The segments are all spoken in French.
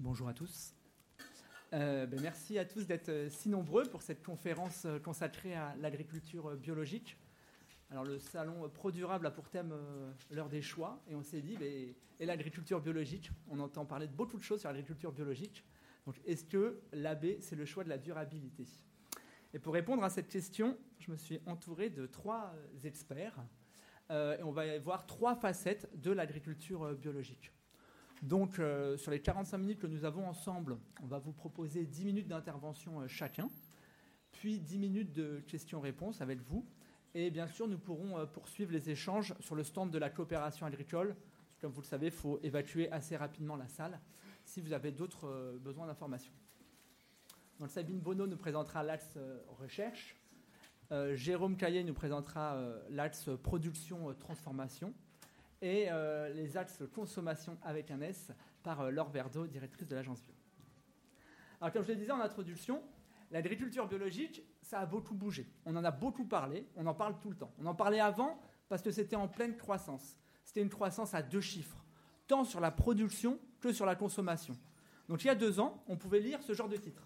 Bonjour à tous. Merci à tous d'être si nombreux pour cette conférence consacrée à l'agriculture biologique. Alors le salon ProDurable a pour thème l'heure des choix et on s'est dit, et l'agriculture biologique, on entend parler de beaucoup de choses sur l'agriculture biologique. Donc est-ce que l'AB, c'est le choix de la durabilité? Et pour répondre à cette question, je me suis entouré de 3 experts et on va voir 3 facettes de l'agriculture biologique. Donc, sur les 45 minutes que nous avons ensemble, on va vous proposer 10 minutes d'intervention chacun, puis 10 minutes de questions-réponses avec vous. Et bien sûr, nous pourrons poursuivre les échanges sur le stand de la coopération agricole. Comme vous le savez, il faut évacuer assez rapidement la salle si vous avez d'autres besoins d'informations. Donc, Sabine Bonneau nous présentera l'axe recherche. Jérôme Caillet nous présentera l'axe production-transformation. Et les axes consommation avec un S par Laure Verdeau, directrice de l'Agence Bio. Alors, comme je le disais en introduction, l'agriculture biologique, ça a beaucoup bougé. On en a beaucoup parlé, on en parle tout le temps. On en parlait avant parce que c'était en pleine croissance. C'était une croissance à 2 chiffres, tant sur la production que sur la consommation. Donc il y a 2 ans, on pouvait lire ce genre de titre.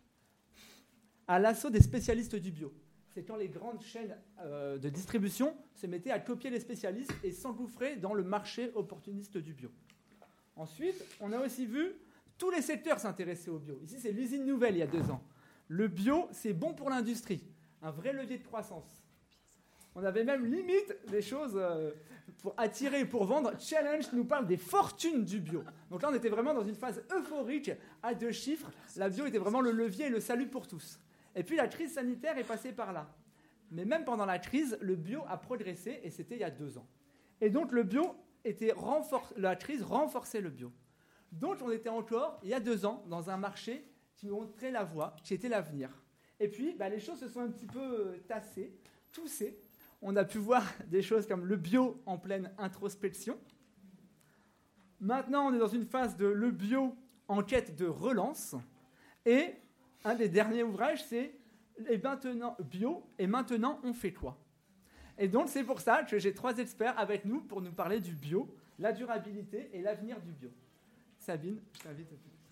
À l'assaut des spécialistes du bio. C'est quand les grandes chaînes de distribution se mettaient à copier les spécialistes et s'engouffraient dans le marché opportuniste du bio. Ensuite, on a aussi vu tous les secteurs s'intéresser au bio. Ici, c'est l'usine nouvelle il y a 2 ans. Le bio, c'est bon pour l'industrie, un vrai levier de croissance. On avait même limite des choses pour attirer et pour vendre. Challenge nous parle des fortunes du bio. Donc là, on était vraiment dans une phase euphorique à 2 chiffres. La bio était vraiment le levier et le salut pour tous. Et puis la crise sanitaire est passée par là. Mais même pendant la crise, le bio a progressé et c'était il y a 2 ans. Et donc le bio la crise renforçait le bio. Donc on était encore, il y a 2 ans, dans un marché qui montrait la voie, qui était l'avenir. Et puis les choses se sont un petit peu tassées, toussées. On a pu voir des choses comme le bio en pleine introspection. Maintenant, on est dans une phase de le bio en quête de relance. Et un des derniers ouvrages, c'est et maintenant, bio, et maintenant on fait quoi? Et donc c'est pour ça que j'ai 3 experts avec nous pour nous parler du bio, la durabilité et l'avenir du bio. Sabine, je t'invite à tout.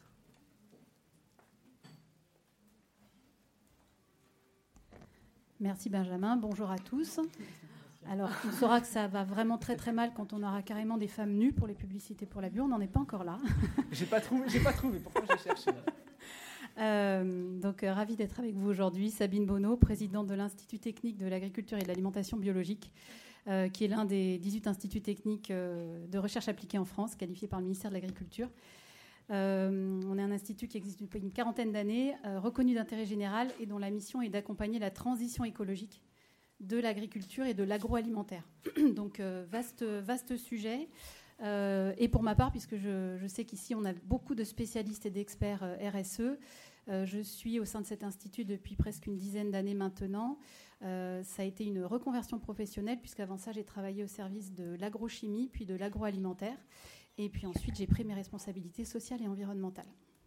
Merci Benjamin, bonjour à tous. Alors on saura que ça va vraiment très très mal quand on aura carrément des femmes nues pour les publicités pour la bio, on n'en est pas encore là. J'ai pas trouvé, pourtant j'ai cherché. Donc ravie d'être avec vous aujourd'hui. Sabine Bonneau, présidente de l'Institut technique de l'agriculture et de l'alimentation biologique, qui est l'un des 18 instituts techniques de recherche appliquée en France, qualifié par le ministère de l'Agriculture. On est un institut qui existe depuis une 40aine d'années, reconnu d'intérêt général et dont la mission est d'accompagner la transition écologique de l'agriculture et de l'agroalimentaire. Donc vaste sujet. Et pour ma part, puisque je sais qu'ici on a beaucoup de spécialistes et d'experts RSE, je suis au sein de cet institut depuis presque une dizaine d'années maintenant. Ça a été une reconversion professionnelle, puisqu'avant ça j'ai travaillé au service de l'agrochimie puis de l'agroalimentaire. Et puis ensuite j'ai pris mes responsabilités sociales et environnementales.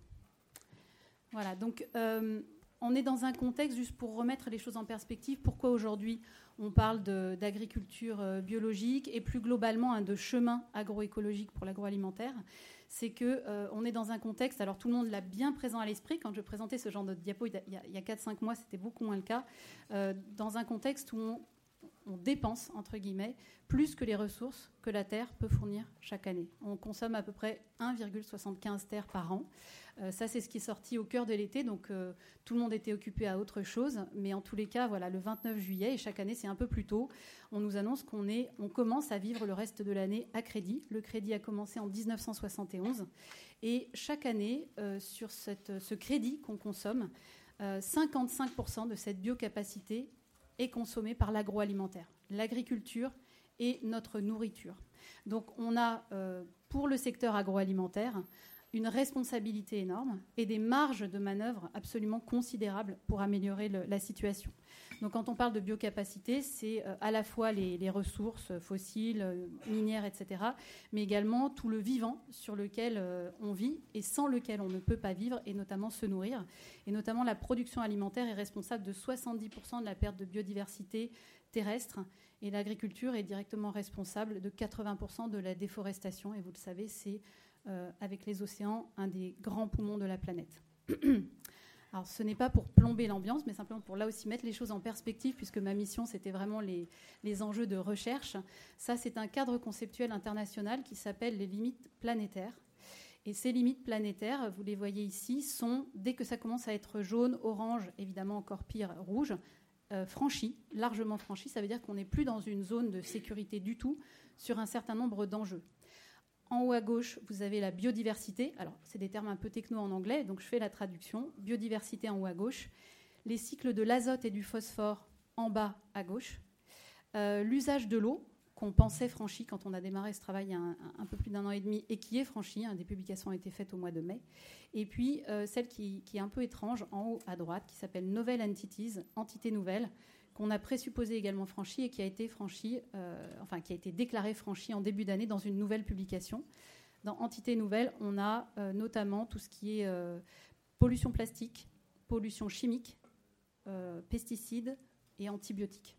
Voilà, donc on est dans un contexte, juste pour remettre les choses en perspective, pourquoi aujourd'hui on parle d'agriculture biologique et plus globalement de chemin agroécologique pour l'agroalimentaire. C'est qu'on est dans un contexte, alors tout le monde l'a bien présent à l'esprit, quand je présentais ce genre de diapo il y a 4-5 mois, c'était beaucoup moins le cas, dans un contexte où on dépense, entre guillemets, plus que les ressources que la Terre peut fournir chaque année. On consomme à peu près 1,75 terres par an. Ça, c'est ce qui est sorti au cœur de l'été, donc tout le monde était occupé à autre chose. Mais en tous les cas, voilà, le 29 juillet, et chaque année, c'est un peu plus tôt, on nous annonce on commence à vivre le reste de l'année à crédit. Le crédit a commencé en 1971. Et chaque année, sur ce crédit qu'on consomme, 55% de cette biocapacité est consommée par l'agroalimentaire, l'agriculture et notre nourriture. Donc on a, pour le secteur agroalimentaire, une responsabilité énorme et des marges de manœuvre absolument considérables pour améliorer la situation. Donc quand on parle de biocapacité, c'est à la fois les ressources fossiles, minières, etc., mais également tout le vivant sur lequel on vit et sans lequel on ne peut pas vivre, et notamment se nourrir. Et notamment la production alimentaire est responsable de 70% de la perte de biodiversité terrestre, et l'agriculture est directement responsable de 80% de la déforestation. Et vous le savez, c'est avec les océans, un des grands poumons de la planète. Alors, ce n'est pas pour plomber l'ambiance, mais simplement pour là aussi mettre les choses en perspective, puisque ma mission, c'était vraiment les enjeux de recherche. Ça, c'est un cadre conceptuel international qui s'appelle les limites planétaires. Et ces limites planétaires, vous les voyez ici, sont, dès que ça commence à être jaune, orange, évidemment encore pire, rouge, franchies, largement franchies. Ça veut dire qu'on n'est plus dans une zone de sécurité du tout sur un certain nombre d'enjeux. En haut à gauche, vous avez la biodiversité. Alors, c'est des termes un peu techno en anglais, donc je fais la traduction. Biodiversité en haut à gauche. Les cycles de l'azote et du phosphore en bas à gauche. L'usage de l'eau, qu'on pensait franchi quand on a démarré ce travail il y a un peu plus d'1 an et demi, et qui est franchi. Des publications ont été faites au mois de mai. Et puis, celle qui est un peu étrange, en haut à droite, qui s'appelle Novel Entities, entité nouvelle, qu'on a présupposé également franchi et qui a été franchi, qui a été déclaré franchi en début d'année dans une nouvelle publication. Dans Entité nouvelle, on a notamment tout ce qui est pollution plastique, pollution chimique, pesticides et antibiotiques.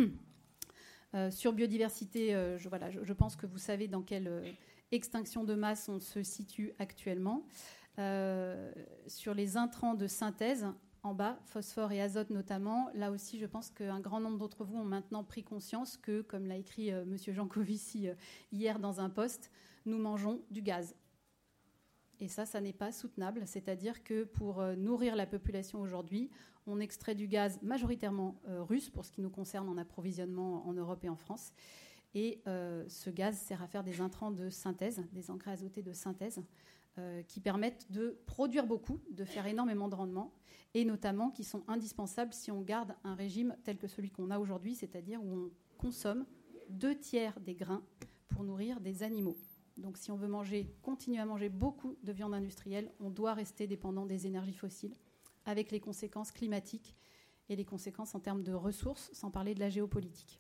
Sur biodiversité, je pense que vous savez dans quelle extinction de masse on se situe actuellement. Sur les intrants de synthèse, en bas, phosphore et azote notamment, là aussi, je pense qu'un grand nombre d'entre vous ont maintenant pris conscience que, comme l'a écrit M. Jancovici hier dans un post, nous mangeons du gaz. Et ça n'est pas soutenable. C'est-à-dire que pour nourrir la population aujourd'hui, on extrait du gaz majoritairement russe, pour ce qui nous concerne en approvisionnement en Europe et en France. Et ce gaz sert à faire des intrants de synthèse, des engrais azotés de synthèse, qui permettent de produire beaucoup, de faire énormément de rendement, et notamment qui sont indispensables si on garde un régime tel que celui qu'on a aujourd'hui, c'est-à-dire où on consomme 2/3 des grains pour nourrir des animaux. Donc si on veut continuer à manger beaucoup de viande industrielle, on doit rester dépendant des énergies fossiles, avec les conséquences climatiques et les conséquences en termes de ressources, sans parler de la géopolitique.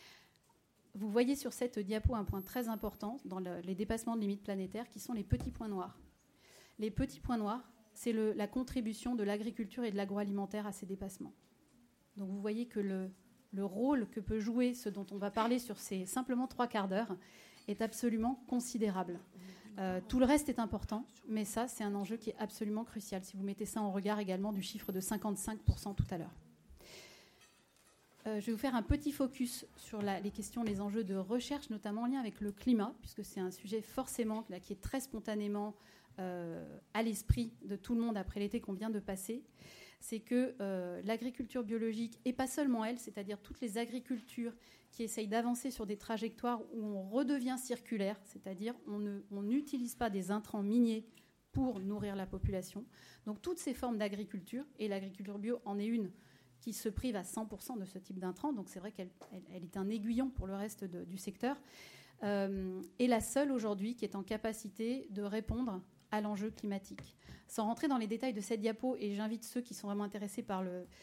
Vous voyez sur cette diapo un point très important dans les dépassements de limites planétaires, qui sont les petits points noirs. Les petits points noirs, c'est la contribution de l'agriculture et de l'agroalimentaire à ces dépassements. Donc vous voyez que le rôle que peut jouer ce dont on va parler sur ces simplement 3 quarts d'heure est absolument considérable. Tout le reste est important, mais ça, c'est un enjeu qui est absolument crucial, si vous mettez ça en regard également du chiffre de 55% tout à l'heure. Je vais vous faire un petit focus sur les questions, les enjeux de recherche, notamment en lien avec le climat, puisque c'est un sujet forcément qui est très spontanément à l'esprit de tout le monde après l'été qu'on vient de passer. C'est que l'agriculture biologique, et pas seulement elle, c'est-à-dire toutes les agricultures qui essayent d'avancer sur des trajectoires où on redevient circulaire, c'est-à-dire on n'utilise pas des intrants miniers pour nourrir la population. Donc toutes ces formes d'agriculture, et l'agriculture bio en est une qui se prive à 100% de ce type d'intrants, donc c'est vrai qu'elle est un aiguillon pour le reste du secteur, est la seule aujourd'hui qui est en capacité de répondre à l'enjeu climatique. Sans rentrer dans les détails de cette diapo, et j'invite ceux qui sont vraiment intéressés par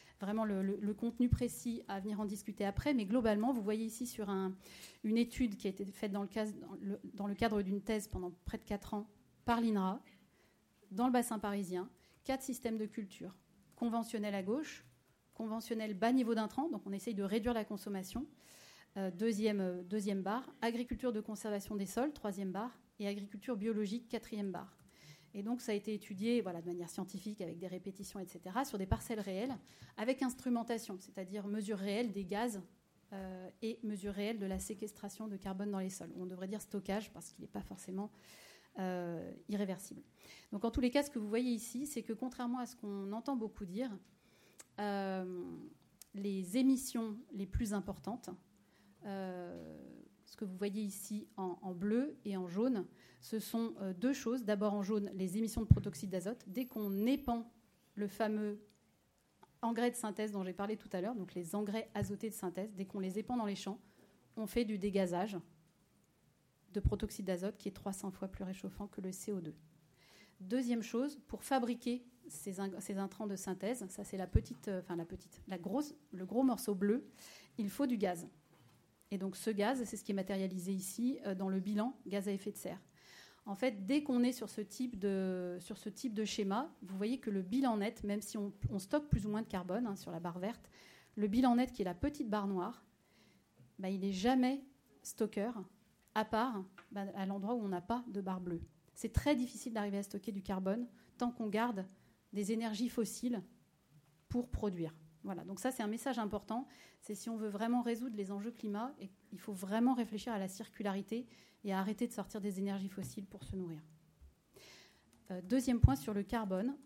le contenu précis à venir en discuter après, mais globalement, vous voyez ici sur une étude qui a été faite dans le cadre d'une thèse pendant près de 4 ans par l'INRA, dans le bassin parisien, 4 systèmes de culture. Conventionnel à gauche, conventionnel bas niveau d'intrants, donc on essaye de réduire la consommation, deuxième barre, agriculture de conservation des sols, 3e barre, et agriculture biologique, 4e barre. Et donc ça a été étudié de manière scientifique, avec des répétitions, etc., sur des parcelles réelles, avec instrumentation, c'est-à-dire mesure réelle des gaz et mesure réelle de la séquestration de carbone dans les sols. On devrait dire stockage, parce qu'il n'est pas forcément irréversible. Donc en tous les cas, ce que vous voyez ici, c'est que contrairement à ce qu'on entend beaucoup dire, les émissions les plus importantes, ce que vous voyez ici en bleu et en jaune, ce sont 2 choses. D'abord en jaune, les émissions de protoxyde d'azote. Dès qu'on épand le fameux engrais de synthèse dont j'ai parlé tout à l'heure, donc les engrais azotés de synthèse, dès qu'on les épand dans les champs, on fait du dégazage de protoxyde d'azote qui est 300 fois plus réchauffant que le CO2. Deuxième chose, pour fabriquer ces intrants de synthèse, ça c'est le gros morceau bleu, il faut du gaz. Et donc ce gaz, c'est ce qui est matérialisé ici dans le bilan gaz à effet de serre. En fait, dès qu'on est sur ce type de schéma, vous voyez que le bilan net, même si on stocke plus ou moins de carbone sur la barre verte, le bilan net qui est la petite barre noire, il n'est jamais stockeur, à part à l'endroit où on n'a pas de barre bleue. c'est très difficile d'arriver à stocker du carbone tant qu'on garde des énergies fossiles pour produire. Voilà, donc ça c'est un message important, c'est si on veut vraiment résoudre les enjeux climat, il faut vraiment réfléchir à la circularité et à arrêter de sortir des énergies fossiles pour se nourrir. Deuxième point sur le carbone,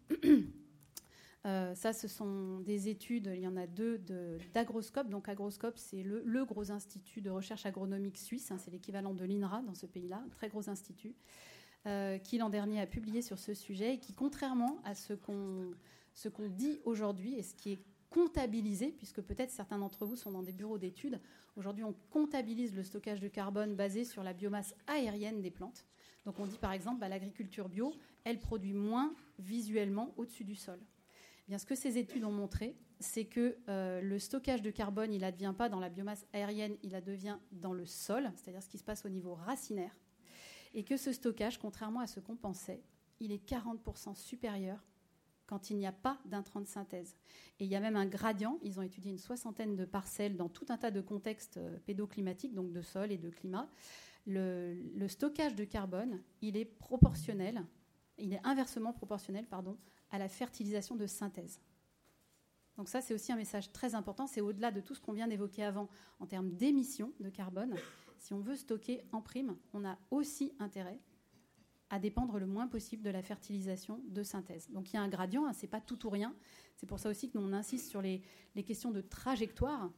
ça ce sont des études, il y en a deux d'Agroscope. Donc Agroscope c'est le gros institut de recherche agronomique suisse, c'est l'équivalent de l'INRA dans ce pays-là, un très gros institut, qui l'an dernier a publié sur ce sujet et qui, contrairement à ce qu'on dit aujourd'hui et ce qui est comptabilisé, puisque peut-être certains d'entre vous sont dans des bureaux d'études. Aujourd'hui, on comptabilise le stockage de carbone basé sur la biomasse aérienne des plantes. Donc on dit par exemple, l'agriculture bio, elle produit moins visuellement au-dessus du sol. Eh bien, ce que ces études ont montré, c'est que le stockage de carbone, il n'advient pas dans la biomasse aérienne, il advient dans le sol, c'est-à-dire ce qui se passe au niveau racinaire, et que ce stockage, contrairement à ce qu'on pensait, il est 40% supérieur quand il n'y a pas d'intrants de synthèse. Et il y a même un gradient. Ils ont étudié une 60aine de parcelles dans tout un tas de contextes pédoclimatiques, donc de sol et de climat. Le stockage de carbone, il est inversement proportionnel à la fertilisation de synthèse. Donc ça, c'est aussi un message très important. C'est au-delà de tout ce qu'on vient d'évoquer avant en termes d'émissions de carbone. Si on veut stocker en prime, on a aussi intérêt à dépendre le moins possible de la fertilisation de synthèse. Donc il y a un gradient, c'est pas tout ou rien. C'est pour ça aussi que nous on insiste sur les questions de trajectoire.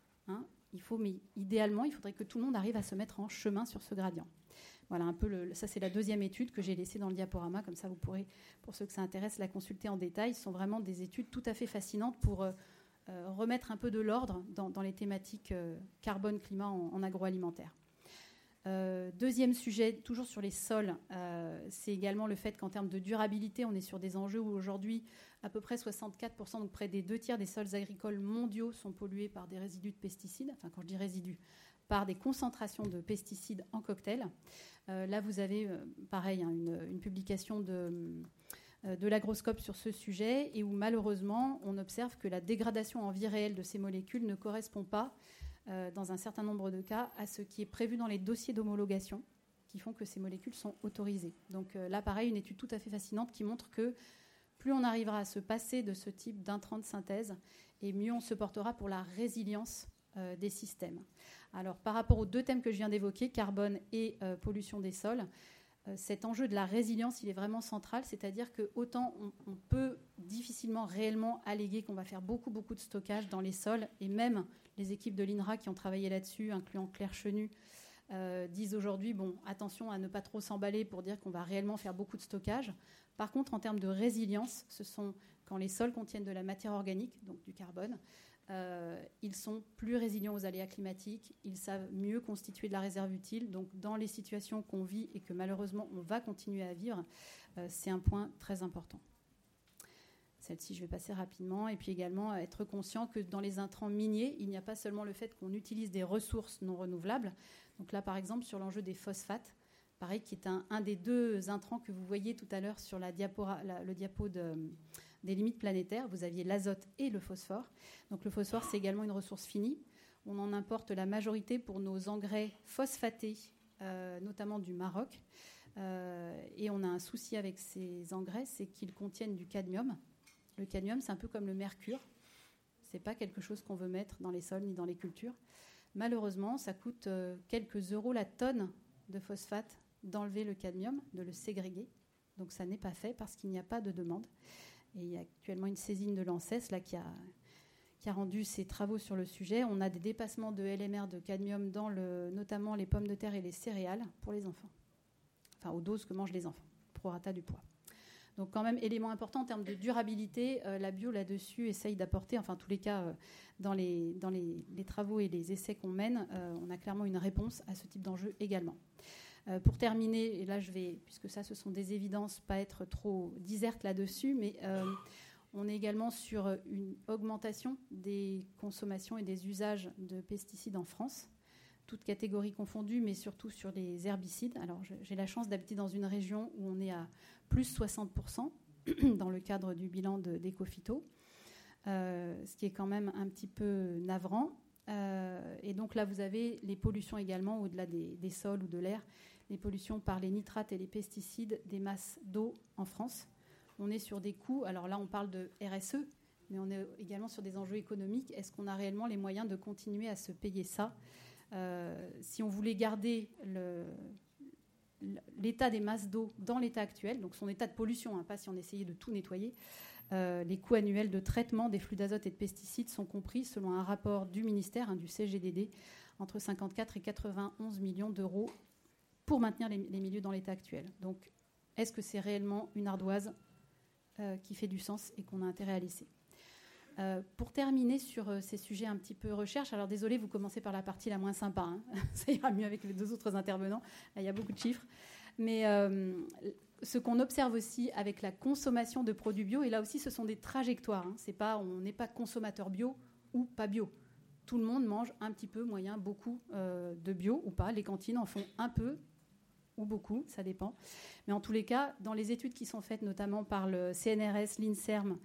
Mais idéalement, il faudrait que tout le monde arrive à se mettre en chemin sur ce gradient. Voilà un peu ça c'est la deuxième étude que j'ai laissée dans le diaporama, comme ça vous pourrez, pour ceux que ça intéresse, la consulter en détail. Ce sont vraiment des études tout à fait fascinantes pour remettre un peu de l'ordre dans les thématiques carbone-climat en agroalimentaire. Deuxième sujet, toujours sur les sols, c'est également le fait qu'en termes de durabilité, on est sur des enjeux où aujourd'hui, à peu près 64%, donc près des 2/3 des sols agricoles mondiaux sont pollués par des résidus de pesticides. Enfin, quand je dis résidus, par des concentrations de pesticides en cocktail. Là, vous avez, pareil, une publication de l'Agroscope sur ce sujet et où, malheureusement, on observe que la dégradation en vie réelle de ces molécules ne correspond pas dans un certain nombre de cas, à ce qui est prévu dans les dossiers d'homologation qui font que ces molécules sont autorisées. Donc là, pareil, une étude tout à fait fascinante qui montre que plus on arrivera à se passer de ce type d'intrants de synthèse, et mieux on se portera pour la résilience des systèmes. Alors, par rapport aux deux thèmes que je viens d'évoquer, carbone et pollution des sols, cet enjeu de la résilience, il est vraiment central, c'est-à-dire que autant on peut difficilement réellement alléguer qu'on va faire beaucoup de stockage dans les sols, et même les équipes de l'INRA qui ont travaillé là-dessus, incluant Claire Chenu, disent aujourd'hui, attention à ne pas trop s'emballer pour dire qu'on va réellement faire beaucoup de stockage. Par contre, en termes de résilience, ce sont quand les sols contiennent de la matière organique, donc du carbone, ils sont plus résilients aux aléas climatiques, ils savent mieux constituer de la réserve utile. Donc dans les situations qu'on vit et que malheureusement on va continuer à vivre, c'est un point très important. Celle-ci, je vais passer rapidement. Et puis également, être conscient que dans les intrants miniers, il n'y a pas seulement le fait qu'on utilise des ressources non renouvelables. Donc là, par exemple, sur l'enjeu des phosphates, pareil, qui est un des deux intrants que vous voyez tout à l'heure sur le diapo des limites planétaires. Vous aviez l'azote et le phosphore. Donc le phosphore, c'est également une ressource finie. On en importe la majorité pour nos engrais phosphatés, notamment du Maroc. Et on a un souci avec ces engrais, c'est qu'ils contiennent du cadmium. Le cadmium, c'est un peu comme le mercure. Ce n'est pas quelque chose qu'on veut mettre dans les sols ni dans les cultures. Malheureusement, ça coûte quelques euros la tonne de phosphate d'enlever le cadmium, de le ségréguer. Donc ça n'est pas fait parce qu'il n'y a pas de demande. Et il y a actuellement une saisine de l'ANSES là, qui a rendu ses travaux sur le sujet. On a des dépassements de LMR de cadmium dans notamment les pommes de terre et les céréales pour les enfants. Enfin, aux doses que mangent les enfants, prorata du poids. Donc quand même, élément important en termes de durabilité, la bio là-dessus essaye d'apporter, enfin en tous les cas, dans les travaux et les essais qu'on mène, on a clairement une réponse à ce type d'enjeu également. Pour terminer, et là je vais, puisque ça ce sont des évidences, pas être trop diserte là-dessus, mais on est également sur une augmentation des consommations et des usages de pesticides en France, toutes catégories confondues, mais surtout sur les herbicides. Alors j'ai la chance d'habiter dans une région où on est à plus 60% dans le cadre du bilan d'Ecophyto, ce qui est quand même un petit peu navrant. Et donc là, vous avez les pollutions également au-delà des sols ou de l'air, les pollutions par les nitrates et les pesticides des masses d'eau en France. On est sur des coûts, alors là on parle de RSE, mais on est également sur des enjeux économiques. Est-ce qu'on a réellement les moyens de continuer à se payer ça ? Si on voulait garder l'état des masses d'eau dans l'état actuel, donc son état de pollution, pas si on essayait de tout nettoyer, les coûts annuels de traitement des flux d'azote et de pesticides sont compris, selon un rapport du ministère, du CGDD, entre 54 et 91 millions d'euros pour maintenir les milieux dans l'état actuel. Donc, est-ce que c'est réellement une ardoise qui fait du sens et qu'on a intérêt à laisser ? Pour terminer sur ces sujets un petit peu recherche, alors désolé, vous commencez par la partie la moins sympa, ça ira mieux avec les 2 autres intervenants, là il y a beaucoup de chiffres, mais ce qu'on observe aussi avec la consommation de produits bio, et là aussi ce sont des trajectoires, on n'est pas consommateur bio ou pas bio, tout le monde mange un petit peu, moyen, beaucoup de bio ou pas, les cantines en font un peu ou beaucoup, ça dépend, mais en tous les cas, dans les études qui sont faites notamment par le CNRS, l'INSERM,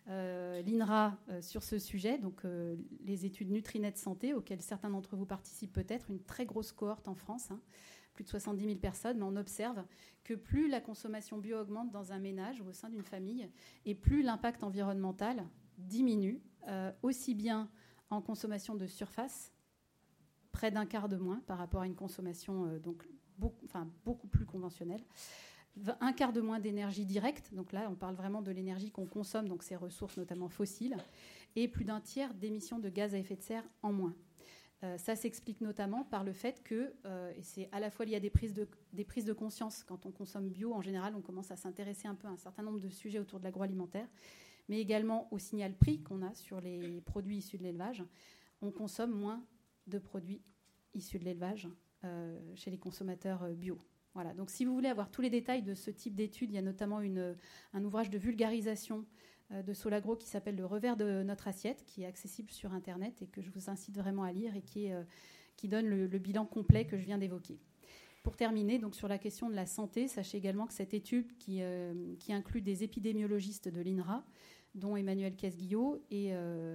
l'INRA sur ce sujet, donc les études Nutrinet Santé, auxquelles certains d'entre vous participent peut-être, une très grosse cohorte en France, plus de 70 000 personnes, mais on observe que plus la consommation bio augmente dans un ménage ou au sein d'une famille, et plus l'impact environnemental diminue, aussi bien en consommation de surface, près d'un quart de moins par rapport à une consommation beaucoup plus conventionnelle, un quart de moins d'énergie directe, donc là on parle vraiment de l'énergie qu'on consomme, donc ces ressources notamment fossiles, et plus d'un tiers d'émissions de gaz à effet de serre en moins. Ça s'explique notamment par le fait que, et c'est à la fois lié à des prises de conscience, quand on consomme bio en général, on commence à s'intéresser un peu à un certain nombre de sujets autour de l'agroalimentaire, mais également au signal prix qu'on a sur les produits issus de l'élevage. On consomme moins de produits issus de l'élevage chez les consommateurs bio. Voilà. Donc, si vous voulez avoir tous les détails de ce type d'études, il y a notamment un ouvrage de vulgarisation de Solagro qui s'appelle « Le revers de notre assiette », qui est accessible sur Internet et que je vous incite vraiment à lire et qui donne le bilan complet que je viens d'évoquer. Pour terminer, donc, sur la question de la santé, sachez également que cette étude qui inclut des épidémiologistes de l'INRA, dont Emmanuel Casguillot et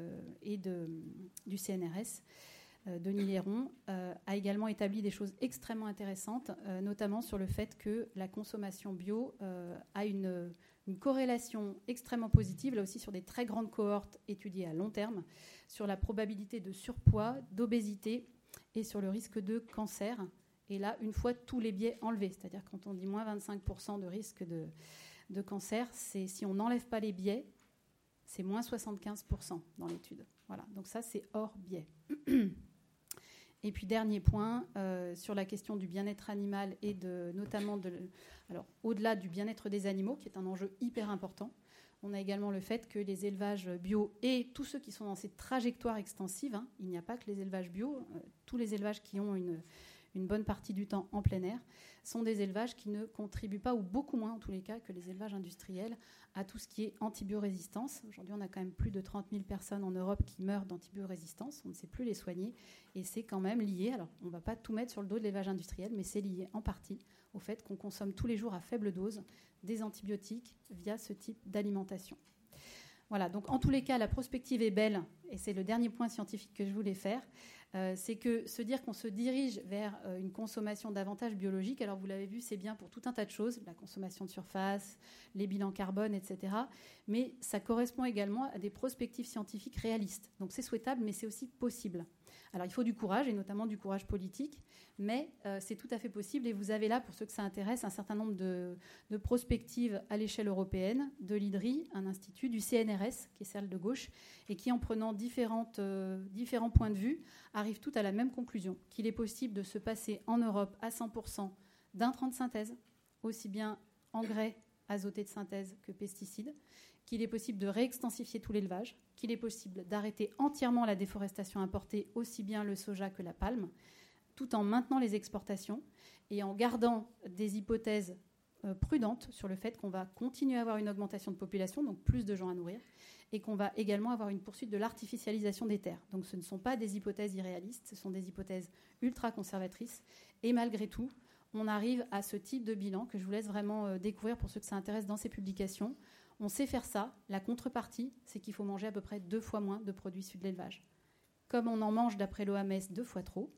du CNRS, Denis Léron, a également établi des choses extrêmement intéressantes, notamment sur le fait que la consommation bio a une corrélation extrêmement positive, là aussi sur des très grandes cohortes étudiées à long terme, sur la probabilité de surpoids, d'obésité et sur le risque de cancer. Et là, une fois tous les biais enlevés, c'est-à-dire quand on dit moins 25% de risque de cancer, si on n'enlève pas les biais, c'est moins 75% dans l'étude. Voilà, donc ça, c'est hors biais. Et puis, dernier point, sur la question du bien-être animal et notamment alors, au-delà du bien-être des animaux, qui est un enjeu hyper important, on a également le fait que les élevages bio et tous ceux qui sont dans ces trajectoires extensives, il n'y a pas que les élevages bio, tous les élevages qui ont une bonne partie du temps en plein air, sont des élevages qui ne contribuent pas, ou beaucoup moins en tous les cas, que les élevages industriels, à tout ce qui est antibiorésistance. Aujourd'hui, on a quand même plus de 30 000 personnes en Europe qui meurent d'antibiorésistance. On ne sait plus les soigner. Et c'est quand même lié, alors on ne va pas tout mettre sur le dos de l'élevage industriel, mais c'est lié en partie au fait qu'on consomme tous les jours à faible dose des antibiotiques via ce type d'alimentation. Voilà, donc en tous les cas, la prospective est belle, et c'est le dernier point scientifique que je voulais faire, c'est que se dire qu'on se dirige vers une consommation davantage biologique, alors vous l'avez vu, c'est bien pour tout un tas de choses, la consommation de surface, les bilans carbone, etc., mais ça correspond également à des prospectives scientifiques réalistes. Donc c'est souhaitable, mais c'est aussi possible. Alors il faut du courage, et notamment du courage politique, mais c'est tout à fait possible, et vous avez là, pour ceux que ça intéresse, un certain nombre de prospectives à l'échelle européenne, de l'IDRI, un institut, du CNRS, qui est celle de gauche, et qui, en prenant différents points de vue, arrivent toutes à la même conclusion, qu'il est possible de se passer en Europe à 100% d'intrants de synthèse, aussi bien engrais azotés de synthèse que pesticides, qu'il est possible de réextensifier tout l'élevage, qu'il est possible d'arrêter entièrement la déforestation importée, aussi bien le soja que la palme, tout en maintenant les exportations et en gardant des hypothèses prudentes sur le fait qu'on va continuer à avoir une augmentation de population, donc plus de gens à nourrir, et qu'on va également avoir une poursuite de l'artificialisation des terres. Donc ce ne sont pas des hypothèses irréalistes, ce sont des hypothèses ultra conservatrices, et malgré tout, on arrive à ce type de bilan que je vous laisse vraiment découvrir pour ceux que ça intéresse dans ces publications. On sait faire ça. La contrepartie, c'est qu'il faut manger à peu près 2 fois moins de produits issus de l'élevage. Comme on en mange, d'après l'OMS, 2 fois trop,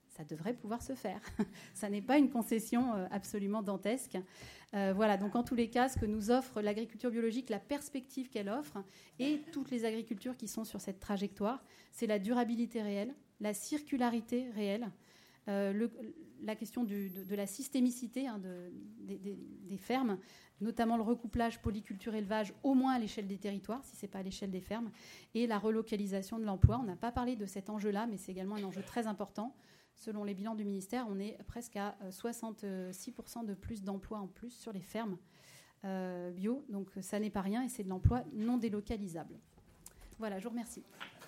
ça devrait pouvoir se faire. Ça n'est pas une concession absolument dantesque. Voilà, donc en tous les cas, ce que nous offre l'agriculture biologique, la perspective qu'elle offre, et toutes les agricultures qui sont sur cette trajectoire, c'est la durabilité réelle, la circularité réelle, la question de la systémicité des fermes, notamment le recouplage polyculture-élevage, au moins à l'échelle des territoires, si ce n'est pas à l'échelle des fermes, et la relocalisation de l'emploi. On n'a pas parlé de cet enjeu-là, mais c'est également un enjeu très important. Selon les bilans du ministère, on est presque à 66% de plus d'emplois en plus sur les fermes bio. Donc ça n'est pas rien et c'est de l'emploi non délocalisable. Voilà, je vous remercie.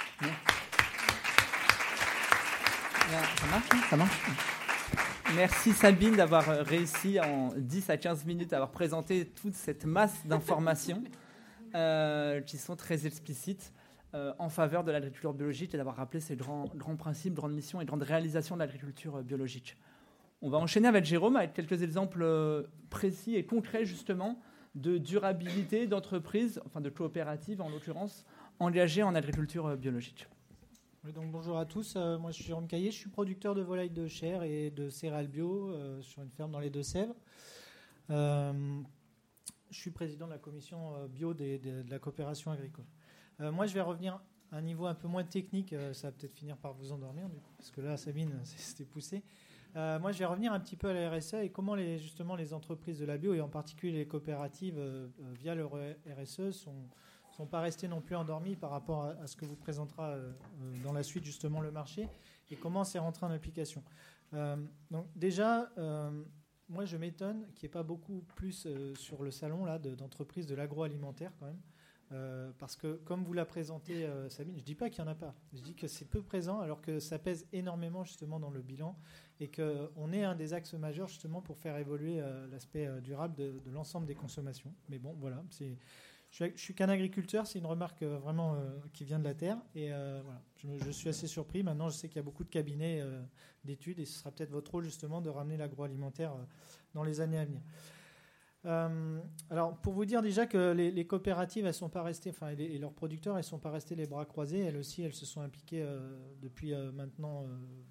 Ça marche. Merci Sabine d'avoir réussi en 10 à 15 minutes à avoir présenté toute cette masse d'informations qui sont très explicites en faveur de l'agriculture biologique et d'avoir rappelé ces grands principes, grandes missions et grandes réalisations de l'agriculture biologique. On va enchaîner avec Jérôme avec quelques exemples précis et concrets justement de durabilité d'entreprises, enfin de coopératives en l'occurrence, engagées en agriculture biologique. Oui, donc bonjour à tous, moi je suis Jérôme Caillé, je suis producteur de volailles de chair et de céréales bio sur une ferme dans les Deux-Sèvres. Je suis président de la commission bio de la coopération agricole. Moi je vais revenir à un niveau un peu moins technique, ça va peut-être finir par vous endormir du coup, parce que là Sabine c'était poussé. Moi je vais revenir un petit peu à la RSE et comment justement les entreprises de la bio et en particulier les coopératives via leur RSE sont pas restés non plus endormis par rapport à ce que vous présentera dans la suite justement le marché et comment c'est rentré en application. Donc déjà, moi je m'étonne qu'il n'y ait pas beaucoup plus sur le salon là, d'entreprises de l'agroalimentaire quand même. Parce que comme vous l'a présenté Sabine, je ne dis pas qu'il n'y en a pas, je dis que c'est peu présent alors que ça pèse énormément justement dans le bilan et qu'on est un des axes majeurs justement pour faire évoluer l'aspect durable de l'ensemble des consommations. Mais bon voilà, je suis qu'un agriculteur, c'est une remarque vraiment qui vient de la terre. Et voilà, je suis assez surpris. Maintenant, je sais qu'il y a beaucoup de cabinets d'études et ce sera peut-être votre rôle justement de ramener l'agroalimentaire dans les années à venir. Alors, pour vous dire déjà que les coopératives, elles sont pas restées, enfin, et leurs producteurs, elles sont pas restés les bras croisés. Elles aussi, elles se sont impliquées depuis maintenant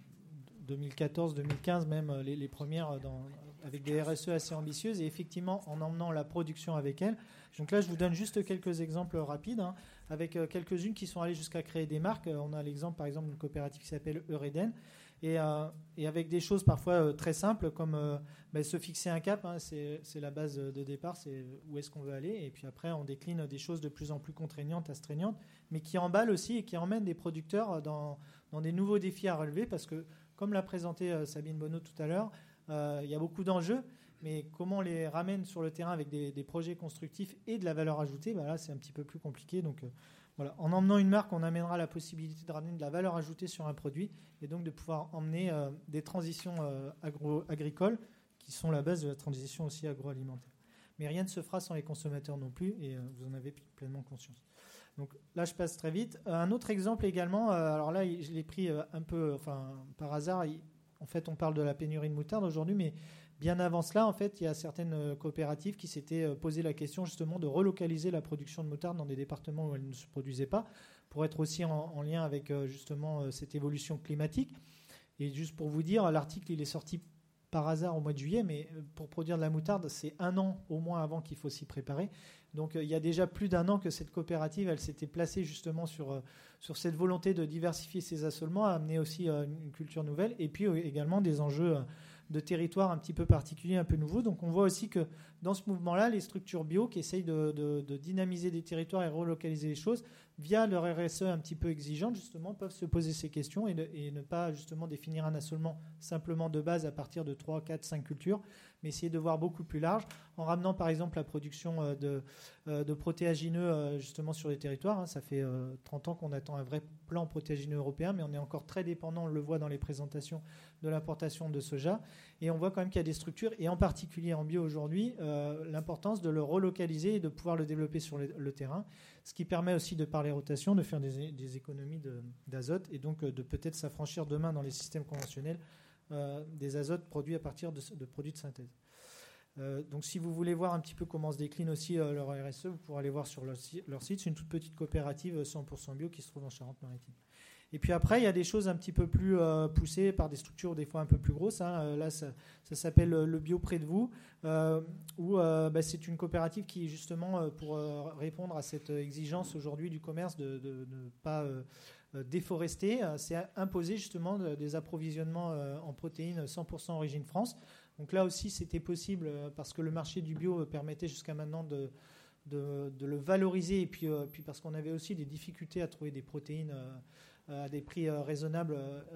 2014, 2015 même, les premières avec des RSE assez ambitieuses et effectivement en emmenant la production avec elles. Donc là, je vous donne juste quelques exemples rapides, avec quelques-unes qui sont allées jusqu'à créer des marques. On a l'exemple, par exemple, d'une coopérative qui s'appelle Eureden, et avec des choses parfois très simples, comme se fixer un cap, c'est la base de départ, c'est où est-ce qu'on veut aller, et puis après, on décline des choses de plus en plus contraignantes, astreignantes, mais qui emballent aussi et qui emmènent des producteurs dans des nouveaux défis à relever, parce que, comme l'a présenté Sabine Bonneau tout à l'heure, il y a beaucoup d'enjeux, mais comment on les ramène sur le terrain avec des projets constructifs et de la valeur ajoutée, là, c'est un petit peu plus compliqué. Donc, voilà. En emmenant une marque, on amènera la possibilité de ramener de la valeur ajoutée sur un produit et donc de pouvoir emmener des transitions agricoles qui sont la base de la transition aussi agroalimentaire. Mais rien ne se fera sans les consommateurs non plus et vous en avez pleinement conscience. Donc là, je passe très vite. Un autre exemple également, alors là, je l'ai pris un peu par hasard. En fait, on parle de la pénurie de moutarde aujourd'hui, mais bien avant cela, en fait, il y a certaines coopératives qui s'étaient posé la question justement de relocaliser la production de moutarde dans des départements où elle ne se produisait pas, pour être aussi en lien avec justement cette évolution climatique. Et juste pour vous dire, l'article il est sorti par hasard au mois de juillet, mais pour produire de la moutarde, c'est 1 an au moins avant qu'il faut s'y préparer. Donc il y a déjà plus d'1 an que cette coopérative, elle s'était placée justement sur cette volonté de diversifier ses assolements, à amener aussi une culture nouvelle, et puis également des enjeux de territoire un petit peu particuliers, un peu nouveaux. Donc on voit aussi que dans ce mouvement-là, les structures bio qui essayent de dynamiser des territoires et relocaliser les choses, via leur RSE un petit peu exigeante, justement, peuvent se poser ces questions et ne pas justement définir un assolement simplement de base à partir de 3, 4, 5 cultures, mais essayer de voir beaucoup plus large, en ramenant par exemple la production de protéagineux justement sur les territoires. Ça fait 30 ans qu'on attend un vrai plan protéagineux européen, mais on est encore très dépendant, on le voit dans les présentations, de l'importation de soja. Et on voit quand même qu'il y a des structures, et en particulier en bio aujourd'hui, l'importance de le relocaliser et de pouvoir le développer sur le terrain, ce qui permet aussi de par les rotations de faire des économies d'azote et donc de peut-être s'affranchir demain dans les systèmes conventionnels des azotes produits à partir de produits de synthèse. Donc si vous voulez voir un petit peu comment se décline aussi leur RSE, vous pourrez aller voir sur leur site. C'est une toute petite coopérative 100% bio qui se trouve en Charente-Maritime. Et puis après, il y a des choses un petit peu plus poussées par des structures des fois un peu plus grosses. Là, ça s'appelle le Bio Près de vous, où c'est une coopérative qui, justement, pour répondre à cette exigence aujourd'hui du commerce de ne pas déforester, c'est imposer justement des approvisionnements en protéines 100% origine France. Donc là aussi, c'était possible parce que le marché du bio permettait jusqu'à maintenant de le valoriser, et puis parce qu'on avait aussi des difficultés à trouver des protéines à des prix raisonnables,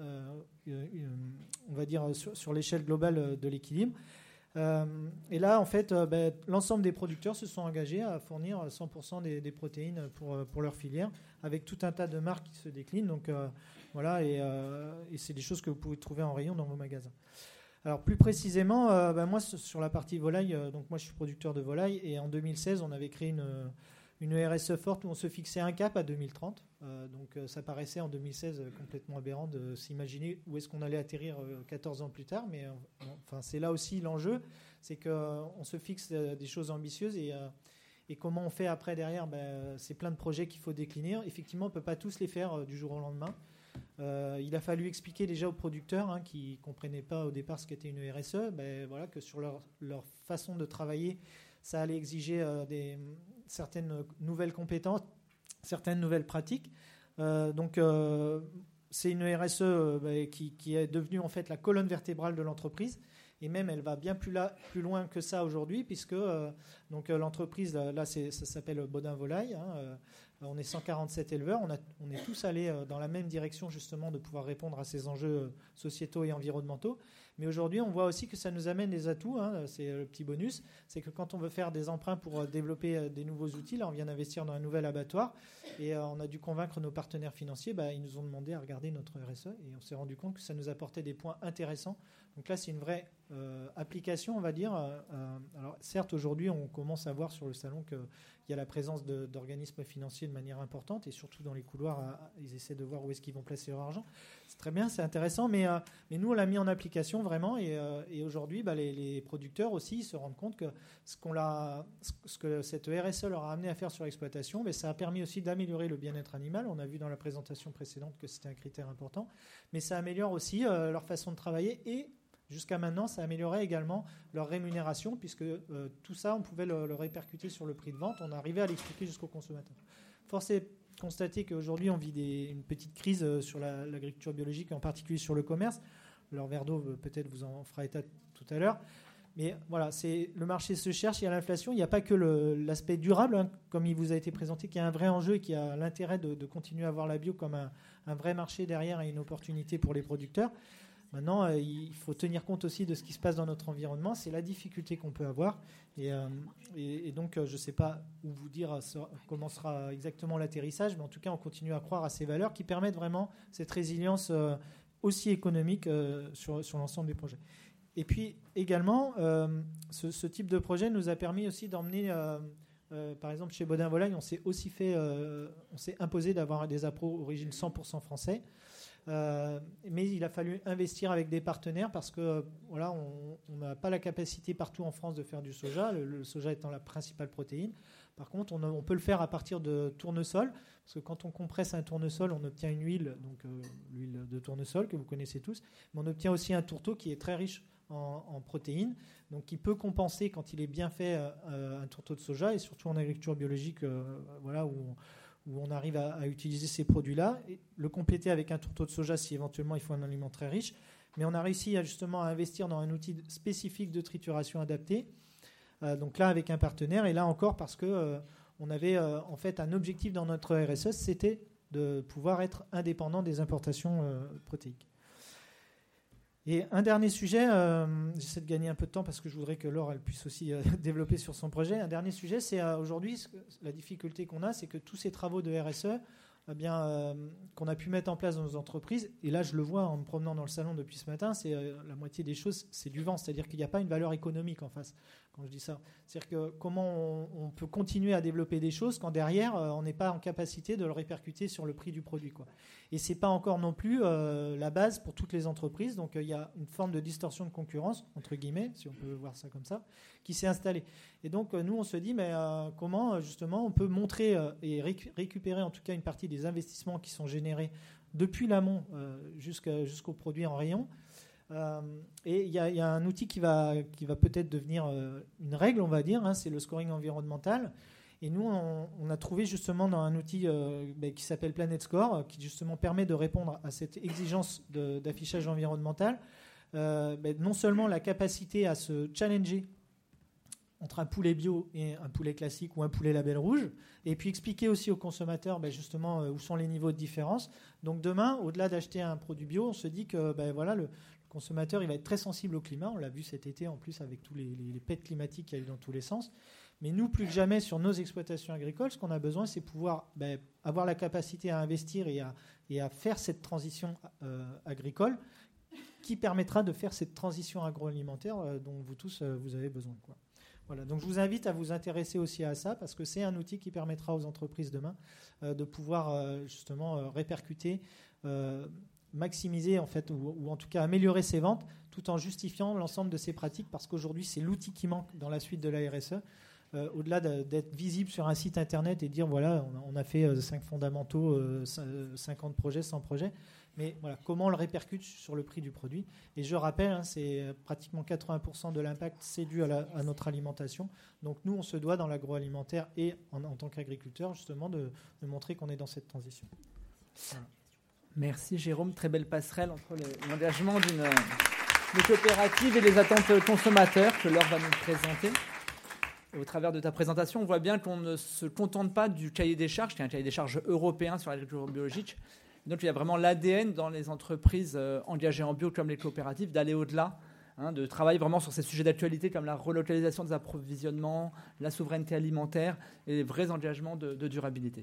on va dire, sur l'échelle globale de l'équilibre. Et là, en fait, l'ensemble des producteurs se sont engagés à fournir 100% des protéines pour leur filière, avec tout un tas de marques qui se déclinent. Donc voilà, et c'est des choses que vous pouvez trouver en rayon dans vos magasins. Alors plus précisément, moi sur la partie volaille, donc moi je suis producteur de volaille, et en 2016 on avait créé une RSE forte où on se fixait un cap à 2030. Donc ça paraissait en 2016 complètement aberrant de s'imaginer où est-ce qu'on allait atterrir 14 ans plus tard, mais enfin c'est là aussi l'enjeu, c'est qu'on se fixe des choses ambitieuses, et comment on fait après derrière, c'est plein de projets qu'il faut décliner. Effectivement, on ne peut pas tous les faire du jour au lendemain. Il a fallu expliquer déjà aux producteurs qui ne comprenaient pas au départ ce qu'était une RSE, voilà, que sur leur façon de travailler, ça allait exiger certaines nouvelles compétences, certaines nouvelles pratiques. Donc c'est une RSE qui est devenue en fait la colonne vertébrale de l'entreprise, et même elle va bien plus loin que ça aujourd'hui, puisque l'entreprise, là ça s'appelle Bodin Volaille, on est 147 éleveurs, on est tous allés dans la même direction justement de pouvoir répondre à ces enjeux sociétaux et environnementaux. Mais aujourd'hui, on voit aussi que ça nous amène des atouts, c'est le petit bonus, c'est que quand on veut faire des emprunts pour développer des nouveaux outils, là on vient d'investir dans un nouvel abattoir, et on a dû convaincre nos partenaires financiers, ils nous ont demandé à regarder notre RSE, et on s'est rendu compte que ça nous apportait des points intéressants. Donc là, c'est une vraie application, on va dire. Alors certes, aujourd'hui, on commence à voir sur le salon qu'il y a la présence d'organismes financiers de manière importante, et surtout dans les couloirs, ils essaient de voir où est-ce qu'ils vont placer leur argent. C'est très bien, c'est intéressant, mais nous, on l'a mis en application vraiment, et aujourd'hui, les producteurs aussi se rendent compte que ce que cette RSE leur a amené à faire sur l'exploitation, ça a permis aussi d'améliorer le bien-être animal. On a vu dans la présentation précédente que c'était un critère important, mais ça améliore aussi leur façon de travailler, et jusqu'à maintenant, ça améliorait également leur rémunération, puisque tout ça, on pouvait le répercuter sur le prix de vente. On arrivait à l'expliquer jusqu'au consommateur. Force est de constater qu'aujourd'hui, on vit une petite crise sur l'agriculture biologique, en particulier sur le commerce. Leur verre d'eau, peut-être, vous en fera état tout à l'heure. Mais voilà, le marché se cherche, il y a l'inflation. Il n'y a pas que l'aspect durable, comme il vous a été présenté, qui est un vrai enjeu et qui a l'intérêt de continuer à voir la bio comme un vrai marché derrière et une opportunité pour les producteurs. Maintenant, il faut tenir compte aussi de ce qui se passe dans notre environnement. C'est la difficulté qu'on peut avoir. Et donc, je ne sais pas où vous dire comment sera exactement l'atterrissage, mais en tout cas, on continue à croire à ces valeurs qui permettent vraiment cette résilience aussi économique sur l'ensemble des projets. Et puis, également, ce type de projet nous a permis aussi d'emmener... par exemple, chez Bodin Volaille, on s'est imposé d'avoir des appros origine 100% français. Mais il a fallu investir avec des partenaires parce que voilà, on n'a pas la capacité partout en France de faire du soja, le soja étant la principale protéine. Par contre, on peut le faire à partir de tournesol, parce que quand on compresse un tournesol, on obtient une huile, donc l'huile de tournesol que vous connaissez tous, mais on obtient aussi un tourteau qui est très riche en protéines, donc qui peut compenser quand il est bien fait un tourteau de soja, et surtout en agriculture biologique, voilà, où on arrive à utiliser ces produits-là, et le compléter avec un tourteau de soja si éventuellement il faut un aliment très riche. Mais on a réussi justement à investir dans un outil spécifique de trituration adapté, donc là avec un partenaire, et là encore parce qu'on avait en fait un objectif dans notre RSE, c'était de pouvoir être indépendant des importations protéiques. Et un dernier sujet, j'essaie de gagner un peu de temps parce que je voudrais que Laure elle puisse aussi développer sur son projet. Un dernier sujet, c'est aujourd'hui, la difficulté qu'on a, c'est que tous ces travaux de RSE qu'on a pu mettre en place dans nos entreprises, et là je le vois en me promenant dans le salon depuis ce matin, c'est la moitié des choses, c'est du vent, c'est-à-dire qu'il n'y a pas une valeur économique en face quand je dis ça. C'est-à-dire que comment on peut continuer à développer des choses quand derrière on n'est pas en capacité de le répercuter sur le prix du produit, quoi. Et c'est pas encore non plus la base pour toutes les entreprises, donc il y a une forme de distorsion de concurrence, entre guillemets, si on peut voir ça comme ça, qui s'est installée. Et donc nous on se dit mais comment justement on peut montrer et récupérer en tout cas une partie des investissements qui sont générés depuis l'amont jusqu'au produit en rayon. Et il y a un outil qui va peut-être devenir une règle, on va dire, c'est le scoring environnemental. Et nous, on a trouvé justement dans un outil qui s'appelle Planet Score, qui justement permet de répondre à cette exigence d'affichage environnemental, non seulement la capacité à se challenger entre un poulet bio et un poulet classique ou un poulet label rouge, et puis expliquer aussi aux consommateurs justement où sont les niveaux de différence. Donc demain, au-delà d'acheter un produit bio, on se dit que le consommateur il va être très sensible au climat. On l'a vu cet été en plus avec tous les pets climatiques qu'il y a eu dans tous les sens. Mais nous, plus que jamais, sur nos exploitations agricoles, ce qu'on a besoin, c'est pouvoir avoir la capacité à investir et à faire cette transition agricole qui permettra de faire cette transition agroalimentaire dont vous tous, vous avez besoin. Voilà, donc je vous invite à vous intéresser aussi à ça parce que c'est un outil qui permettra aux entreprises demain de pouvoir justement répercuter, maximiser en fait, ou en tout cas améliorer ses ventes tout en justifiant l'ensemble de ces pratiques parce qu'aujourd'hui, c'est l'outil qui manque dans la suite de la RSE. Au-delà d'être visible sur un site internet et dire voilà, on a fait 5 fondamentaux, 50 projets, 100 projets, mais voilà, comment on le répercute sur le prix du produit. Et je rappelle, c'est pratiquement 80% de l'impact, c'est dû à notre alimentation. Donc nous, on se doit dans l'agroalimentaire et en tant qu'agriculteur, justement, de montrer qu'on est dans cette transition. Voilà. Merci Jérôme, très belle passerelle entre l'engagement d'une coopérative et les attentes consommateurs que Laure va nous présenter. Et au travers de ta présentation, on voit bien qu'on ne se contente pas du cahier des charges, qui est un cahier des charges européen sur l'agriculture biologique. Donc il y a vraiment l'ADN dans les entreprises engagées en bio comme les coopératives d'aller au-delà, de travailler vraiment sur ces sujets d'actualité comme la relocalisation des approvisionnements, la souveraineté alimentaire et les vrais engagements de durabilité.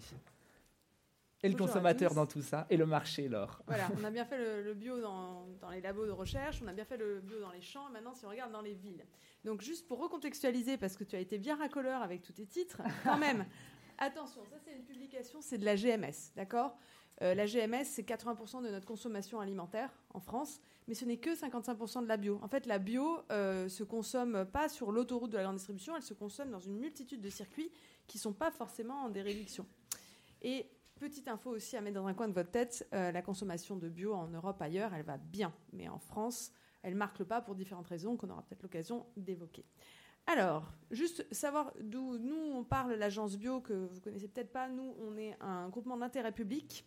Et le consommateur dans tout ça, et le marché, Laure. Voilà, on a bien fait le bio dans les labos de recherche, on a bien fait le bio dans les champs, et maintenant si on regarde dans les villes. Donc juste pour recontextualiser, parce que tu as été bien racoleur avec tous tes titres, quand même, attention, ça c'est une publication, c'est de la GMS, d'accord ? La GMS, c'est 80% de notre consommation alimentaire en France, mais ce n'est que 55% de la bio. En fait, la bio se consomme pas sur l'autoroute de la grande distribution, elle se consomme dans une multitude de circuits qui ne sont pas forcément en dérédiction. Et petite info aussi à mettre dans un coin de votre tête, la consommation de bio en Europe, ailleurs, elle va bien. Mais en France, elle marque le pas pour différentes raisons qu'on aura peut-être l'occasion d'évoquer. Alors, juste savoir d'où nous on parle, l'agence bio, que vous ne connaissez peut-être pas. Nous, on est un groupement d'intérêt public.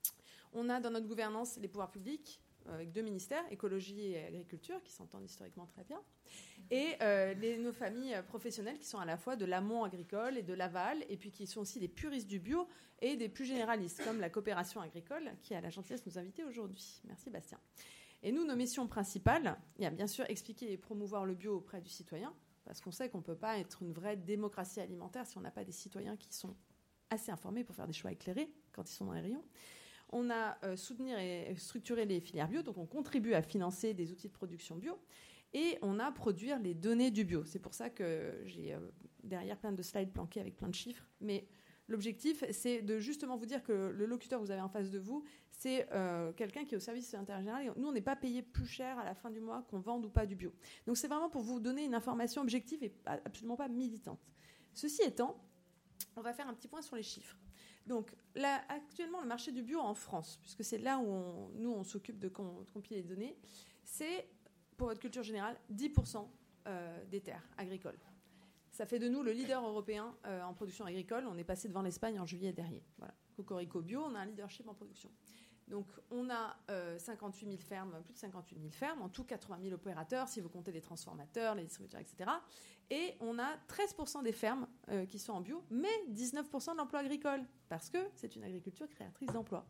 On a dans notre gouvernance les pouvoirs publics, avec 2 ministères, écologie et agriculture, qui s'entendent historiquement très bien, et nos familles professionnelles qui sont à la fois de l'amont agricole et de l'aval, et puis qui sont aussi des puristes du bio et des plus généralistes, comme la coopération agricole, qui a la gentillesse de nous inviter aujourd'hui. Merci Bastien. Et nous, nos missions principales, il y a bien sûr expliquer et promouvoir le bio auprès du citoyen, parce qu'on sait qu'on ne peut pas être une vraie démocratie alimentaire si on n'a pas des citoyens qui sont assez informés pour faire des choix éclairés quand ils sont dans les rayons. On a soutenir et structurer les filières bio, donc on contribue à financer des outils de production bio, et on a produire les données du bio. C'est pour ça que j'ai derrière plein de slides planqués avec plein de chiffres, mais l'objectif, c'est de justement vous dire que le locuteur que vous avez en face de vous, c'est quelqu'un qui est au service d'intérêt général. Et nous, on n'est pas payé plus cher à la fin du mois qu'on vende ou pas du bio. Donc c'est vraiment pour vous donner une information objective et absolument pas militante. Ceci étant, on va faire un petit point sur les chiffres. Donc là, actuellement, le marché du bio en France, puisque c'est là où on s'occupe de compiler les données, c'est, pour votre culture générale, 10% des terres agricoles. Ça fait de nous le leader européen en production agricole. On est passé devant l'Espagne en juillet dernier. Voilà. Cocorico Bio, on a un leadership en production. Donc on a 58 000 fermes, plus de 58 000 fermes, en tout 80 000 opérateurs, si vous comptez les transformateurs, les distributeurs, etc. Et on a 13% des fermes qui sont en bio, mais 19% de l'emploi agricole, parce que c'est une agriculture créatrice d'emplois.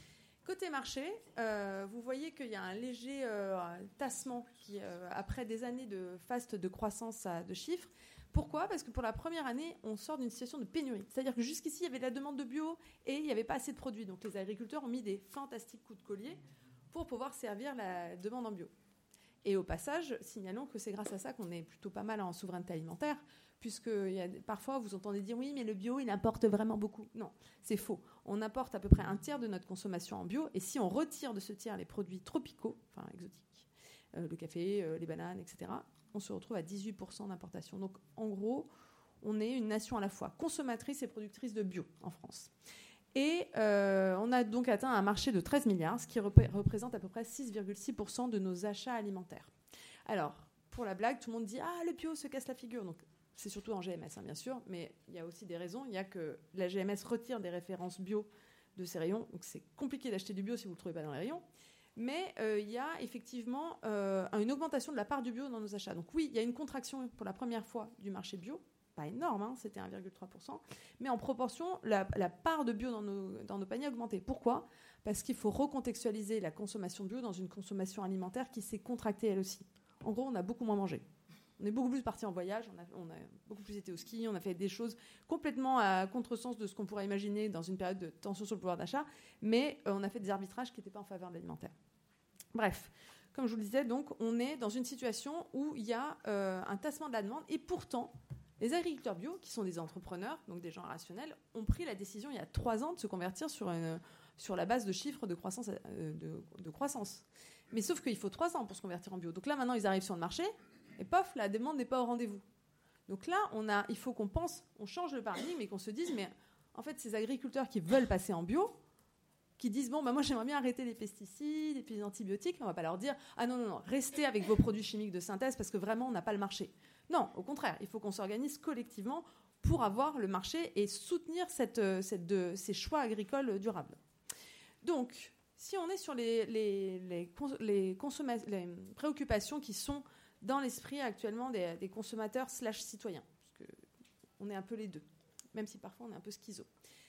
Côté marché, vous voyez qu'il y a un léger tassement qui, après des années de faste de croissance de chiffres. Pourquoi ? Parce que pour la première année, on sort d'une situation de pénurie. C'est-à-dire que jusqu'ici, il y avait de la demande de bio et il n'y avait pas assez de produits. Donc les agriculteurs ont mis des fantastiques coups de collier pour pouvoir servir la demande en bio. Et au passage, signalons que c'est grâce à ça qu'on est plutôt pas mal en souveraineté alimentaire, puisque parfois vous entendez dire oui, mais le bio, il apporte vraiment beaucoup. Non, c'est faux. On apporte à peu près un tiers de notre consommation en bio, et si on retire de ce tiers les produits tropicaux, enfin exotiques, le café, les bananes, etc., on se retrouve à 18% d'importation. Donc, en gros, on est une nation à la fois consommatrice et productrice de bio en France. Et on a donc atteint un marché de 13 milliards, ce qui représente à peu près 6,6% de nos achats alimentaires. Alors, pour la blague, tout le monde dit « Ah, le bio se casse la figure ». Donc, c'est surtout en GMS, bien sûr, mais il y a aussi des raisons. Il y a que la GMS retire des références bio de ces rayons, donc c'est compliqué d'acheter du bio si vous ne le trouvez pas dans les rayons. Mais il y a effectivement une augmentation de la part du bio dans nos achats. Donc oui, il y a une contraction pour la première fois du marché bio. Pas énorme, c'était 1,3%. Mais en proportion, la part de bio dans nos paniers a augmenté. Pourquoi ? Parce qu'il faut recontextualiser la consommation bio dans une consommation alimentaire qui s'est contractée elle aussi. En gros, on a beaucoup moins mangé. On est beaucoup plus partis en voyage, on a beaucoup plus été au ski, on a fait des choses complètement à contresens de ce qu'on pourrait imaginer dans une période de tension sur le pouvoir d'achat, mais on a fait des arbitrages qui n'étaient pas en faveur de l'alimentaire. Bref, comme je vous le disais, donc, on est dans une situation où il y a un tassement de la demande, et pourtant, les agriculteurs bio, qui sont des entrepreneurs, donc des gens rationnels, ont pris la décision il y a 3 ans de se convertir sur la base de chiffres de croissance. Mais sauf qu'il faut 3 ans pour se convertir en bio. Donc là, maintenant, ils arrivent sur le marché, et pof, la demande n'est pas au rendez-vous. Donc là, il faut qu'on pense, on change le paradigme et qu'on se dise, mais en fait, ces agriculteurs qui veulent passer en bio, qui disent, bon, moi, j'aimerais bien arrêter les pesticides et puis les antibiotiques, on ne va pas leur dire, ah non, restez avec vos produits chimiques de synthèse parce que vraiment, on n'a pas le marché. Non, au contraire, il faut qu'on s'organise collectivement pour avoir le marché et soutenir ces choix agricoles durables. Donc, si on est sur les préoccupations qui sont dans l'esprit actuellement des consommateurs / citoyens, parce qu'on est un peu les deux, même si parfois on est un peu schizo.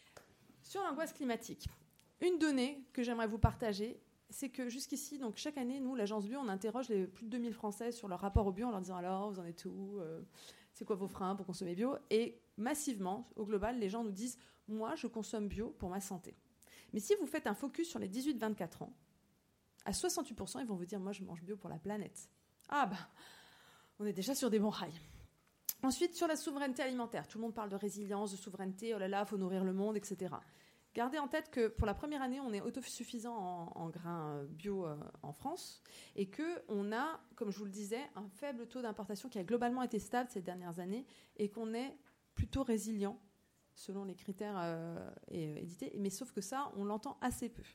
Sur l'angoisse climatique, une donnée que j'aimerais vous partager, c'est que jusqu'ici, donc chaque année, nous, l'agence Bio, on interroge les plus de 2000 Français sur leur rapport au bio en leur disant alors, vous en êtes où c'est quoi vos freins pour consommer bio ? Et massivement, au global, les gens nous disent moi, je consomme bio pour ma santé. Mais si vous faites un focus sur les 18-24 ans, à 68%, ils vont vous dire moi, je mange bio pour la planète. Ah bah, on est déjà sur des bons rails. Ensuite, sur la souveraineté alimentaire, tout le monde parle de résilience, de souveraineté, oh là là, il faut nourrir le monde, etc. Gardez en tête que pour la première année, on est autosuffisant en grains bio en France et qu'on a, comme je vous le disais, un faible taux d'importation qui a globalement été stable ces dernières années et qu'on est plutôt résilient selon les critères édités. Mais sauf que ça, on l'entend assez peu.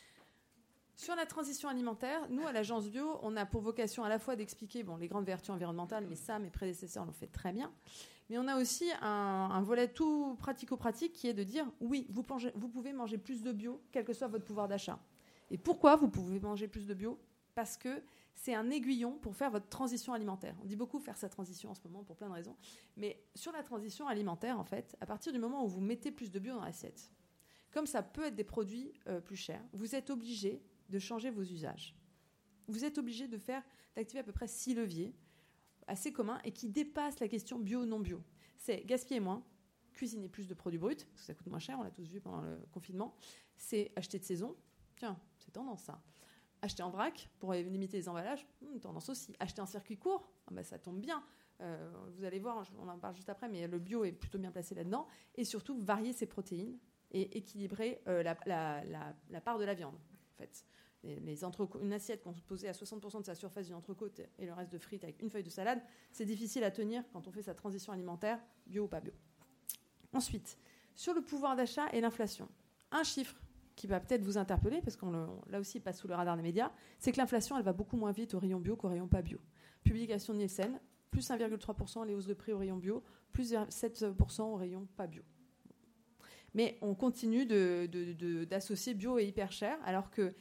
Sur la transition alimentaire, nous, à l'agence Bio, on a pour vocation à la fois d'expliquer les grandes vertus environnementales, mais ça, mes prédécesseurs l'ont fait très bien. Mais on a aussi un volet tout pratico-pratique qui est de dire, oui, vous pouvez manger plus de bio, quel que soit votre pouvoir d'achat. Et pourquoi vous pouvez manger plus de bio ? Parce que c'est un aiguillon pour faire votre transition alimentaire. On dit beaucoup faire sa transition en ce moment pour plein de raisons. Mais sur la transition alimentaire, en fait, à partir du moment où vous mettez plus de bio dans l'assiette, comme ça peut être des produits plus chers, vous êtes obligé de changer vos usages. Vous êtes obligé d'activer à peu près 6 leviers assez communs et qui dépassent la question bio ou non bio. C'est gaspiller moins, cuisiner plus de produits bruts, parce que ça coûte moins cher, on l'a tous vu pendant le confinement. C'est acheter de saison. Tiens, c'est tendance ça. Acheter en vrac pour limiter les emballages, tendance aussi. Acheter en circuit court, ça tombe bien. Vous allez voir, on en parle juste après, mais le bio est plutôt bien placé là-dedans. Et surtout, varier ses protéines et équilibrer la part de la viande, en fait. Une assiette composée à 60% de sa surface d'une entrecôte et le reste de frites avec une feuille de salade, c'est difficile à tenir quand on fait sa transition alimentaire, bio ou pas bio. Ensuite, sur le pouvoir d'achat et l'inflation, un chiffre qui va peut-être vous interpeller, parce qu'on là aussi il passe sous le radar des médias, c'est que l'inflation, elle va beaucoup moins vite au rayon bio qu'au rayon pas bio. Publication de Nielsen, plus 1,3% les hausses de prix au rayon bio, plus 7% au rayon pas bio. Mais on continue d'associer bio et hyper cher, alors que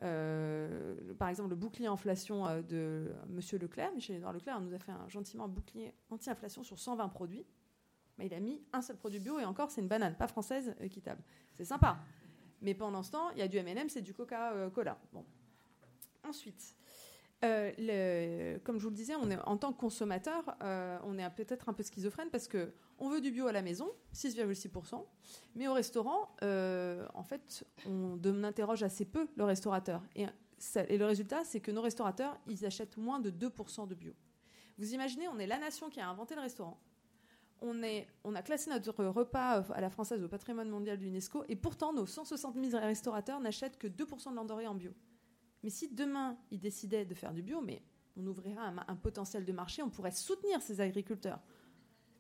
par exemple, le bouclier inflation de Monsieur Leclerc, Michel-Édouard Leclerc, nous a fait gentiment un bouclier anti-inflation sur 120 produits. Mais il a mis un seul produit bio et encore, c'est une banane, pas française, équitable. C'est sympa. Mais pendant ce temps, il y a du M&M, c'est du Coca-Cola. Bon. Ensuite, comme je vous le disais, en tant que consommateur, on est peut-être un peu schizophrène parce qu'on veut du bio à la maison, 6,6%, mais au restaurant, en fait, on interroge assez peu le restaurateur. Et le résultat, c'est que nos restaurateurs, ils achètent moins de 2% de bio. Vous imaginez, on est la nation qui a inventé le restaurant. On a classé notre repas à la française au patrimoine mondial de l'UNESCO, et pourtant, nos 160 000 restaurateurs n'achètent que 2% de l'Andorré en bio. Mais si demain, ils décidaient de faire du bio, mais on ouvrira un potentiel de marché, on pourrait soutenir ces agriculteurs.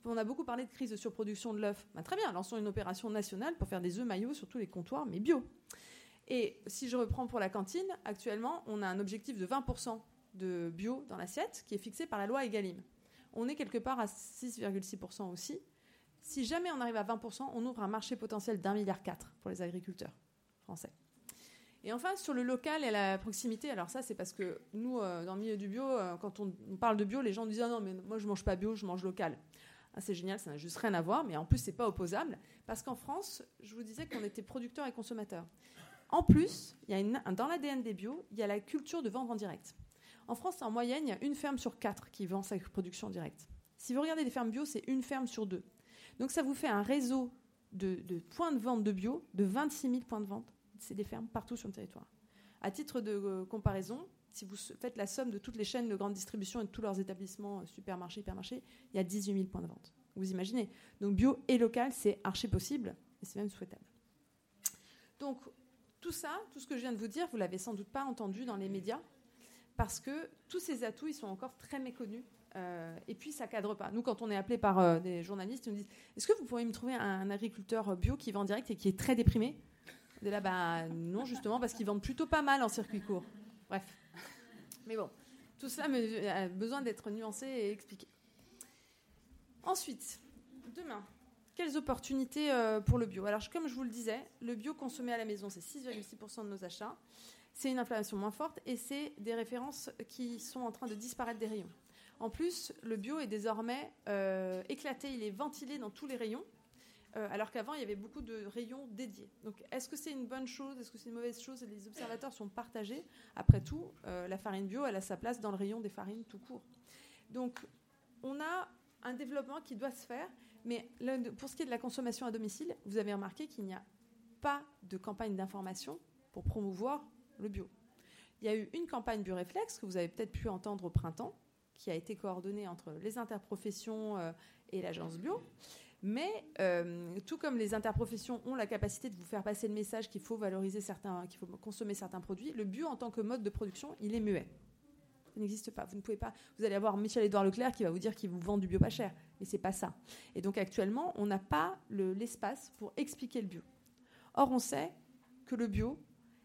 On a beaucoup parlé de crise de surproduction de l'œuf. Très bien, lançons une opération nationale pour faire des œufs maillots sur tous les comptoirs, mais bio. Et si je reprends pour la cantine, actuellement, on a un objectif de 20% de bio dans l'assiette qui est fixé par la loi Egalim. On est quelque part à 6,6% aussi. Si jamais on arrive à 20%, on ouvre un marché potentiel d'1,4 milliard pour les agriculteurs français. Et enfin, sur le local et la proximité, alors ça, c'est parce que nous, dans le milieu du bio, quand on parle de bio, les gens nous disent « Ah non, mais moi, je ne mange pas bio, je mange local ». C'est génial, ça n'a juste rien à voir, mais en plus, ce n'est pas opposable, parce qu'en France, je vous disais qu'on était producteurs et consommateurs. En plus, dans l'ADN des bio, il y a la culture de vendre en direct. En France, en moyenne, il y a une ferme sur 4 qui vend sa production en direct. Si vous regardez les fermes bio, c'est une ferme sur 2. Donc ça vous fait un réseau de points de vente de bio de 26 000 points de vente. C'est des fermes partout sur le territoire. À titre de comparaison, si vous faites la somme de toutes les chaînes de grande distribution et de tous leurs établissements, supermarchés, hypermarchés, il y a 18 000 points de vente. Vous imaginez. Donc bio et local, c'est archi possible et c'est même souhaitable. Donc tout ça, tout ce que je viens de vous dire, vous ne l'avez sans doute pas entendu dans les médias parce que tous ces atouts, ils sont encore très méconnus. Et puis, ça ne cadre pas. Nous, quand on est appelé par des journalistes, ils nous disent « Est-ce que vous pourriez me trouver un agriculteur bio qui vend en direct et qui est très déprimé ?» Et là, non, justement, parce qu'ils vendent plutôt pas mal en circuit court. Bref. Mais bon, tout cela a besoin d'être nuancé et expliqué. Ensuite, demain, quelles opportunités pour le bio ? Alors, comme je vous le disais, le bio consommé à la maison, c'est 6,6% de nos achats. C'est une inflation moins forte et c'est des références qui sont en train de disparaître des rayons. En plus, le bio est désormais éclaté, il est ventilé dans tous les rayons. Alors qu'avant, il y avait beaucoup de rayons dédiés. Donc, est-ce que c'est une bonne chose ? Est-ce que c'est une mauvaise chose ? Les observateurs sont partagés. Après tout, la farine bio, elle a sa place dans le rayon des farines tout court. Donc, on a un développement qui doit se faire. Mais pour ce qui est de la consommation à domicile, vous avez remarqué qu'il n'y a pas de campagne d'information pour promouvoir le bio. Il y a eu une campagne Bioréflexe que vous avez peut-être pu entendre au printemps, qui a été coordonnée entre les interprofessions et l'agence bio. Mais tout comme les interprofessions ont la capacité de vous faire passer le message qu'il faut valoriser qu'il faut consommer certains produits, le bio en tant que mode de production, il est muet. Ça n'existe pas. Vous ne pouvez pas. Vous allez avoir Michel-Édouard Leclerc qui va vous dire qu'il vous vend du bio pas cher, mais c'est pas ça. Et donc actuellement, on n'a pas l'espace pour expliquer le bio. Or, on sait que le bio,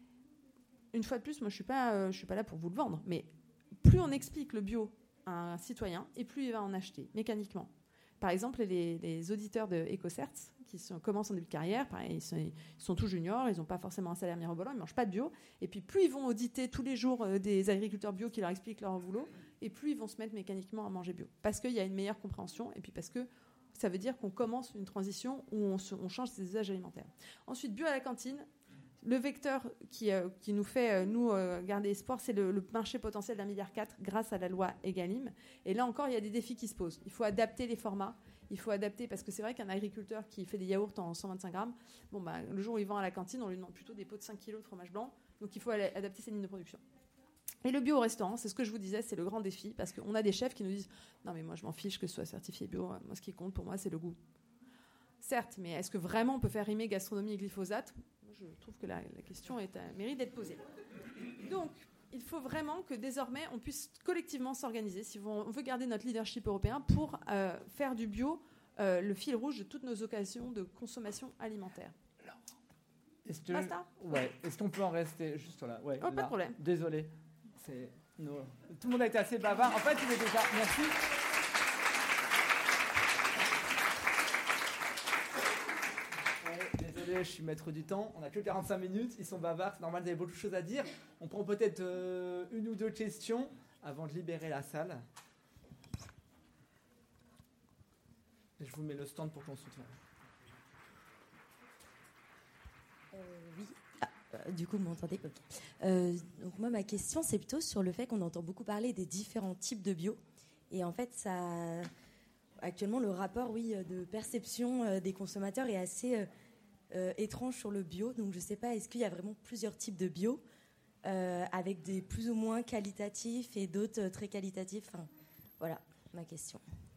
une fois de plus, moi je suis pas là pour vous le vendre, mais plus on explique le bio à un citoyen, et plus il va en acheter mécaniquement. Par exemple, les auditeurs de EcoCert, qui commencent en début de carrière, pareil, ils sont tous juniors, ils n'ont pas forcément un salaire mirobolant, ils ne mangent pas de bio. Et puis, plus ils vont auditer tous les jours des agriculteurs bio qui leur expliquent leur boulot, et plus ils vont se mettre mécaniquement à manger bio. Parce qu'il y a une meilleure compréhension, et puis parce que ça veut dire qu'on commence une transition où on change ses usages alimentaires. Ensuite, bio à la cantine. Le vecteur qui nous fait garder espoir, c'est le marché potentiel d'1,4 milliard grâce à la loi Egalim. Et là encore, il y a des défis qui se posent. Il faut adapter les formats. Il faut adapter, parce que c'est vrai qu'un agriculteur qui fait des yaourts en 125 grammes, le jour où il vend à la cantine, on lui demande plutôt des pots de 5 kilos de fromage blanc. Donc il faut adapter ses lignes de production. Et le bio au restaurant, c'est ce que je vous disais, c'est le grand défi, parce qu'on a des chefs qui nous disent « Non mais moi je m'en fiche que ce soit certifié bio, moi ce qui compte pour moi c'est le goût ». Certes, mais est-ce que vraiment on peut faire rimer gastronomie et glyphosate ? Je trouve que la question mérite d'être posée. Donc, il faut vraiment que désormais, on puisse collectivement s'organiser, si on veut garder notre leadership européen, pour faire du bio le fil rouge de toutes nos occasions de consommation alimentaire. Basta ? Ouais. Est-ce qu'on peut en rester juste là ? Ouais, pas de problème. Désolé. Tout le monde a été assez bavard. En fait, il est déjà... Merci. Je suis maître du temps, on n'a que 45 minutes, ils sont bavards, c'est normal, vous avez beaucoup de choses à dire. On prend peut-être une ou deux questions avant de libérer la salle. Et je vous mets le stand pour qu'on se soutienne. Oui. Du coup, vous m'entendez ? Ok. Donc moi, ma question, c'est plutôt sur le fait qu'on entend beaucoup parler des différents types de bio. Et en fait, actuellement, le rapport de perception des consommateurs est assez... étrange sur le bio, donc je ne sais pas, est-ce qu'il y a vraiment plusieurs types de bio avec des plus ou moins qualitatifs et d'autres très qualitatifs, voilà ma question.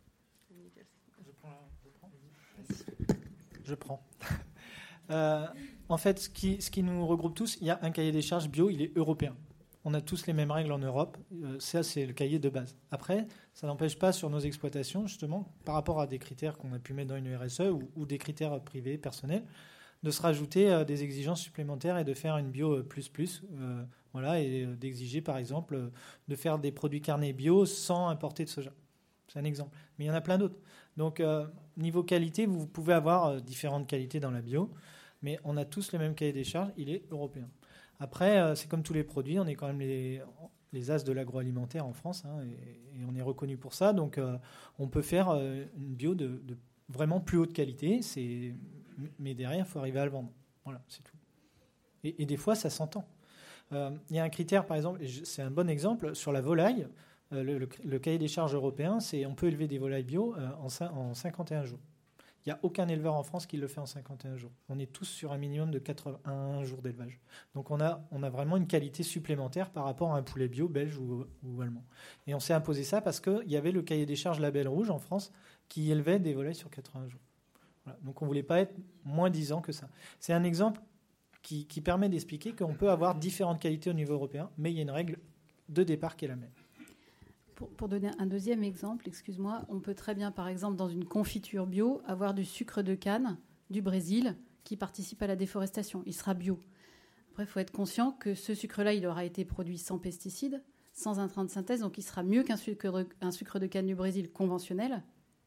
Je prends. En fait, ce qui nous regroupe tous, il y a un cahier des charges bio, il est européen. on a tous les mêmes règles en Europe. Ça, c'est le cahier de base. Après, ça n'empêche pas sur nos exploitations, justement, par rapport à des critères qu'on a pu mettre dans une RSE ou des critères privés, personnels, de se rajouter des exigences supplémentaires et de faire une bio plus, voilà, et d'exiger, par exemple, de faire des produits carnés bio sans importer de soja. C'est un exemple. Mais il y en a plein d'autres. Donc, niveau qualité, vous pouvez avoir différentes qualités dans la bio, mais on a tous le même cahier des charges, il est européen. Après, c'est comme tous les produits, on est quand même les as de l'agroalimentaire en France, hein, et on est reconnu pour ça. Donc, on peut faire une bio de vraiment plus haute qualité, mais derrière, il faut arriver à le vendre. Voilà, c'est tout. Et des fois, ça s'entend. Il y a un critère, par exemple, et c'est un bon exemple, sur la volaille. Le cahier des charges européen, c'est on peut élever des volailles bio en 51 jours. Il n'y a aucun éleveur en France qui le fait en 51 jours. On est tous sur un minimum de 81 jours d'élevage. Donc on a vraiment une qualité supplémentaire par rapport à un poulet bio belge ou allemand. Et on s'est imposé ça parce qu'il y avait le cahier des charges label rouge en France qui élevait des volailles sur 80 jours. Voilà. Donc on ne voulait pas être moins 10 ans que ça. C'est un exemple qui permet d'expliquer qu'on peut avoir différentes qualités au niveau européen, mais il y a une règle de départ qui est la même. Pour donner un deuxième exemple, excuse-moi, on peut très bien, par exemple, dans une confiture bio, avoir du sucre de canne du Brésil qui participe à la déforestation. Il sera bio. Après, il faut être conscient que ce sucre-là, il aura été produit sans pesticides, sans intrants de synthèse, donc il sera mieux qu'un sucre de canne du Brésil conventionnel.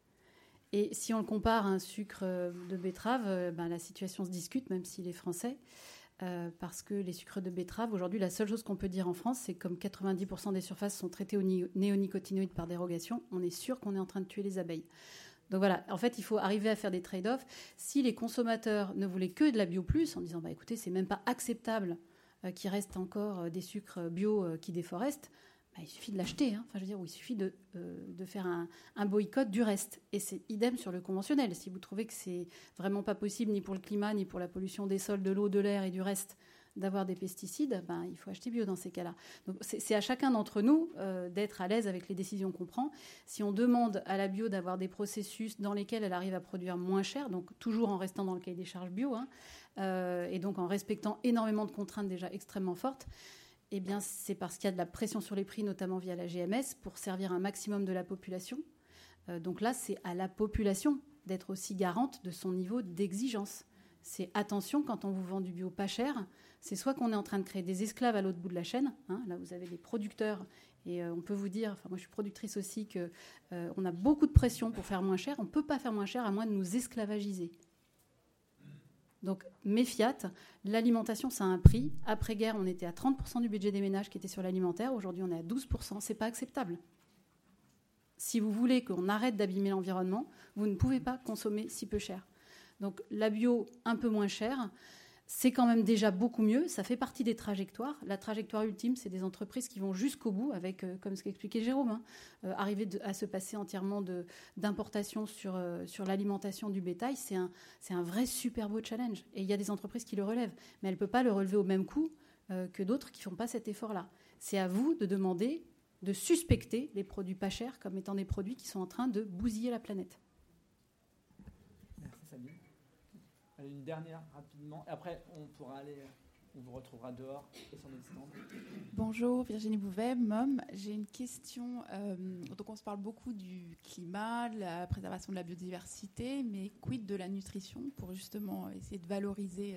Et si on le compare à un sucre de betterave, la situation se discute, même s'il est français. Parce que les sucres de betterave, aujourd'hui, la seule chose qu'on peut dire en France, c'est que comme 90% des surfaces sont traitées aux néonicotinoïdes par dérogation, on est sûr qu'on est en train de tuer les abeilles. Donc voilà, en fait, il faut arriver à faire des trade-offs. Si les consommateurs ne voulaient que de la bio plus, en disant, écoutez, c'est même pas acceptable qu'il reste encore des sucres bio qui déforestent, il suffit de l'acheter. Hein. Enfin, je veux dire, il suffit de faire un boycott du reste. Et c'est idem sur le conventionnel. Si vous trouvez que c'est vraiment pas possible, ni pour le climat, ni pour la pollution des sols, de l'eau, de l'air et du reste, d'avoir des pesticides, il faut acheter bio dans ces cas-là. Donc, c'est à chacun d'entre nous d'être à l'aise avec les décisions qu'on prend. Si on demande à la bio d'avoir des processus dans lesquels elle arrive à produire moins cher, donc toujours en restant dans le cahier des charges bio, et donc en respectant énormément de contraintes déjà extrêmement fortes, eh bien, c'est parce qu'il y a de la pression sur les prix, notamment via la GMS, pour servir un maximum de la population. Donc là, c'est à la population d'être aussi garante de son niveau d'exigence. C'est attention, quand on vous vend du bio pas cher, c'est soit qu'on est en train de créer des esclaves à l'autre bout de la chaîne, là vous avez des producteurs, et on peut vous dire, moi je suis productrice aussi, qu'on a beaucoup de pression pour faire moins cher. On ne peut pas faire moins cher à moins de nous esclavagiser. Donc, méfiat, l'alimentation, ça a un prix. Après-guerre, on était à 30% du budget des ménages qui était sur l'alimentaire. Aujourd'hui, on est à 12%. Ce n'est pas acceptable. Si vous voulez qu'on arrête d'abîmer l'environnement, vous ne pouvez pas consommer si peu cher. Donc, la bio, un peu moins chère, c'est quand même déjà beaucoup mieux. Ça fait partie des trajectoires. La trajectoire ultime, c'est des entreprises qui vont jusqu'au bout avec, comme ce qu'expliquait Jérôme, arriver à se passer entièrement d'importation sur l'alimentation du bétail. C'est un vrai super beau challenge. Et il y a des entreprises qui le relèvent. Mais elles ne peuvent pas le relever au même coût que d'autres qui ne font pas cet effort-là. C'est à vous de demander, de suspecter les produits pas chers comme étant des produits qui sont en train de bousiller la planète. Merci Sabine. Allez, une dernière rapidement. Après, on vous retrouvera dehors et sur notre stand. Bonjour, Virginie Bouvet, MOM. J'ai une question. Donc, on se parle beaucoup du climat, de la préservation de la biodiversité, mais quid de la nutrition pour justement essayer de valoriser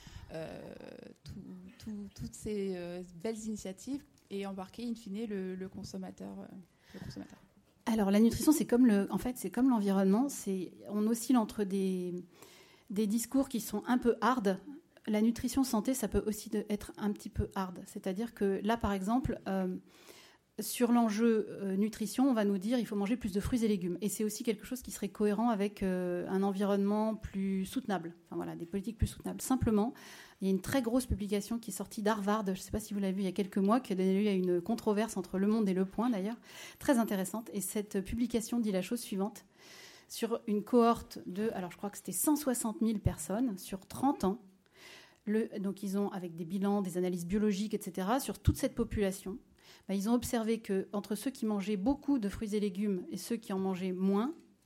toutes ces belles initiatives et embarquer, in fine, le consommateur. Alors, la nutrition, c'est comme l'environnement. On oscille entre des discours qui sont un peu hard. La nutrition santé, ça peut aussi être un petit peu hard. C'est-à-dire que là, par exemple, sur l'enjeu nutrition, on va nous dire qu'il faut manger plus de fruits et légumes. Et c'est aussi quelque chose qui serait cohérent avec un environnement plus soutenable. Enfin voilà, des politiques plus soutenables. Simplement, il y a une très grosse publication qui est sortie d'Harvard, je ne sais pas si vous l'avez vu il y a quelques mois, qui a donné lieu à une controverse entre Le Monde et Le Point d'ailleurs, très intéressante. Et cette publication dit la chose suivante. Sur une cohorte alors je crois que c'était 160 000 personnes sur 30 ans, donc ils ont, avec des bilans, des analyses biologiques, etc., sur toute cette population, ils ont observé qu'entre ceux qui mangeaient beaucoup de fruits et légumes et ceux qui en mangeaient moins,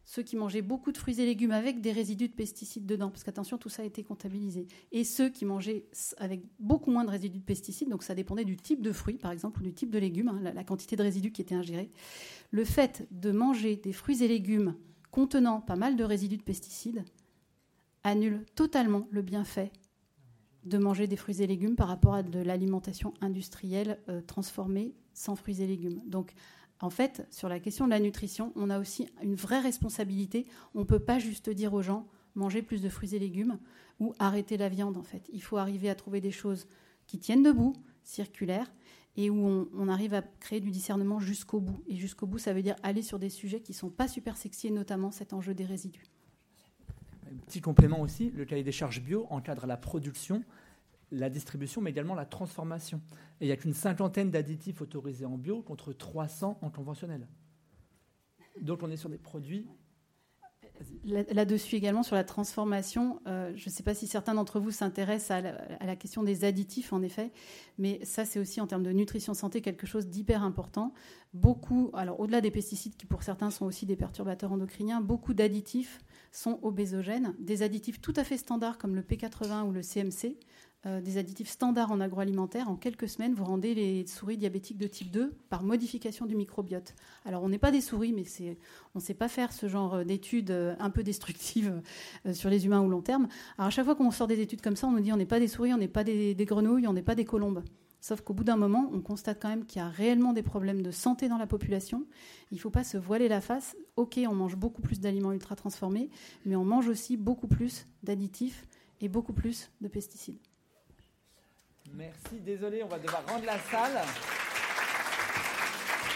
ceux qui mangeaient beaucoup de fruits et légumes avec des résidus de pesticides dedans, parce qu'attention, tout ça a été comptabilisé, et ceux qui mangeaient avec beaucoup moins de résidus de pesticides, donc ça dépendait du type de fruits, par exemple, ou du type de légumes, hein, la quantité de résidus qui était ingérée. Le fait de manger des fruits et légumes contenant pas mal de résidus de pesticides annule totalement le bienfait de manger des fruits et légumes par rapport à de l'alimentation industrielle transformée sans fruits et légumes. Donc, en fait, sur la question de la nutrition, on a aussi une vraie responsabilité. On ne peut pas juste dire aux gens « mangez plus de fruits et légumes » ou « arrêtez la viande ». En fait, il faut arriver à trouver des choses qui tiennent debout, circulaires, et où on arrive à créer du discernement jusqu'au bout. Et jusqu'au bout, ça veut dire aller sur des sujets qui ne sont pas super sexy, et notamment cet enjeu des résidus. Un petit complément aussi, le cahier des charges bio encadre la production, la distribution, mais également la transformation. Et il n'y a qu'une 50aine d'additifs autorisés en bio contre 300 en conventionnel. Donc on est sur des produits... Là-dessus également, sur la transformation, je ne sais pas si certains d'entre vous s'intéressent à la question des additifs, en effet, mais ça, c'est aussi en termes de nutrition santé quelque chose d'hyper important. Beaucoup, alors au-delà des pesticides qui pour certains sont aussi des perturbateurs endocriniens, beaucoup d'additifs sont obésogènes, des additifs tout à fait standards comme le P80 ou le CMC, des additifs standards en agroalimentaire. En quelques semaines, vous rendez les souris diabétiques de type 2 par modification du microbiote. Alors, on n'est pas des souris, mais on ne sait pas faire ce genre d'études un peu destructives sur les humains au long terme. Alors, à chaque fois qu'on sort des études comme ça, on nous dit on n'est pas des souris, on n'est pas des grenouilles, on n'est pas des colombes. Sauf qu'au bout d'un moment, on constate quand même qu'il y a réellement des problèmes de santé dans la population. Il ne faut pas se voiler la face. OK, on mange beaucoup plus d'aliments ultra transformés, mais on mange aussi beaucoup plus d'additifs et beaucoup plus de pesticides. Merci, désolé, on va devoir rendre la salle.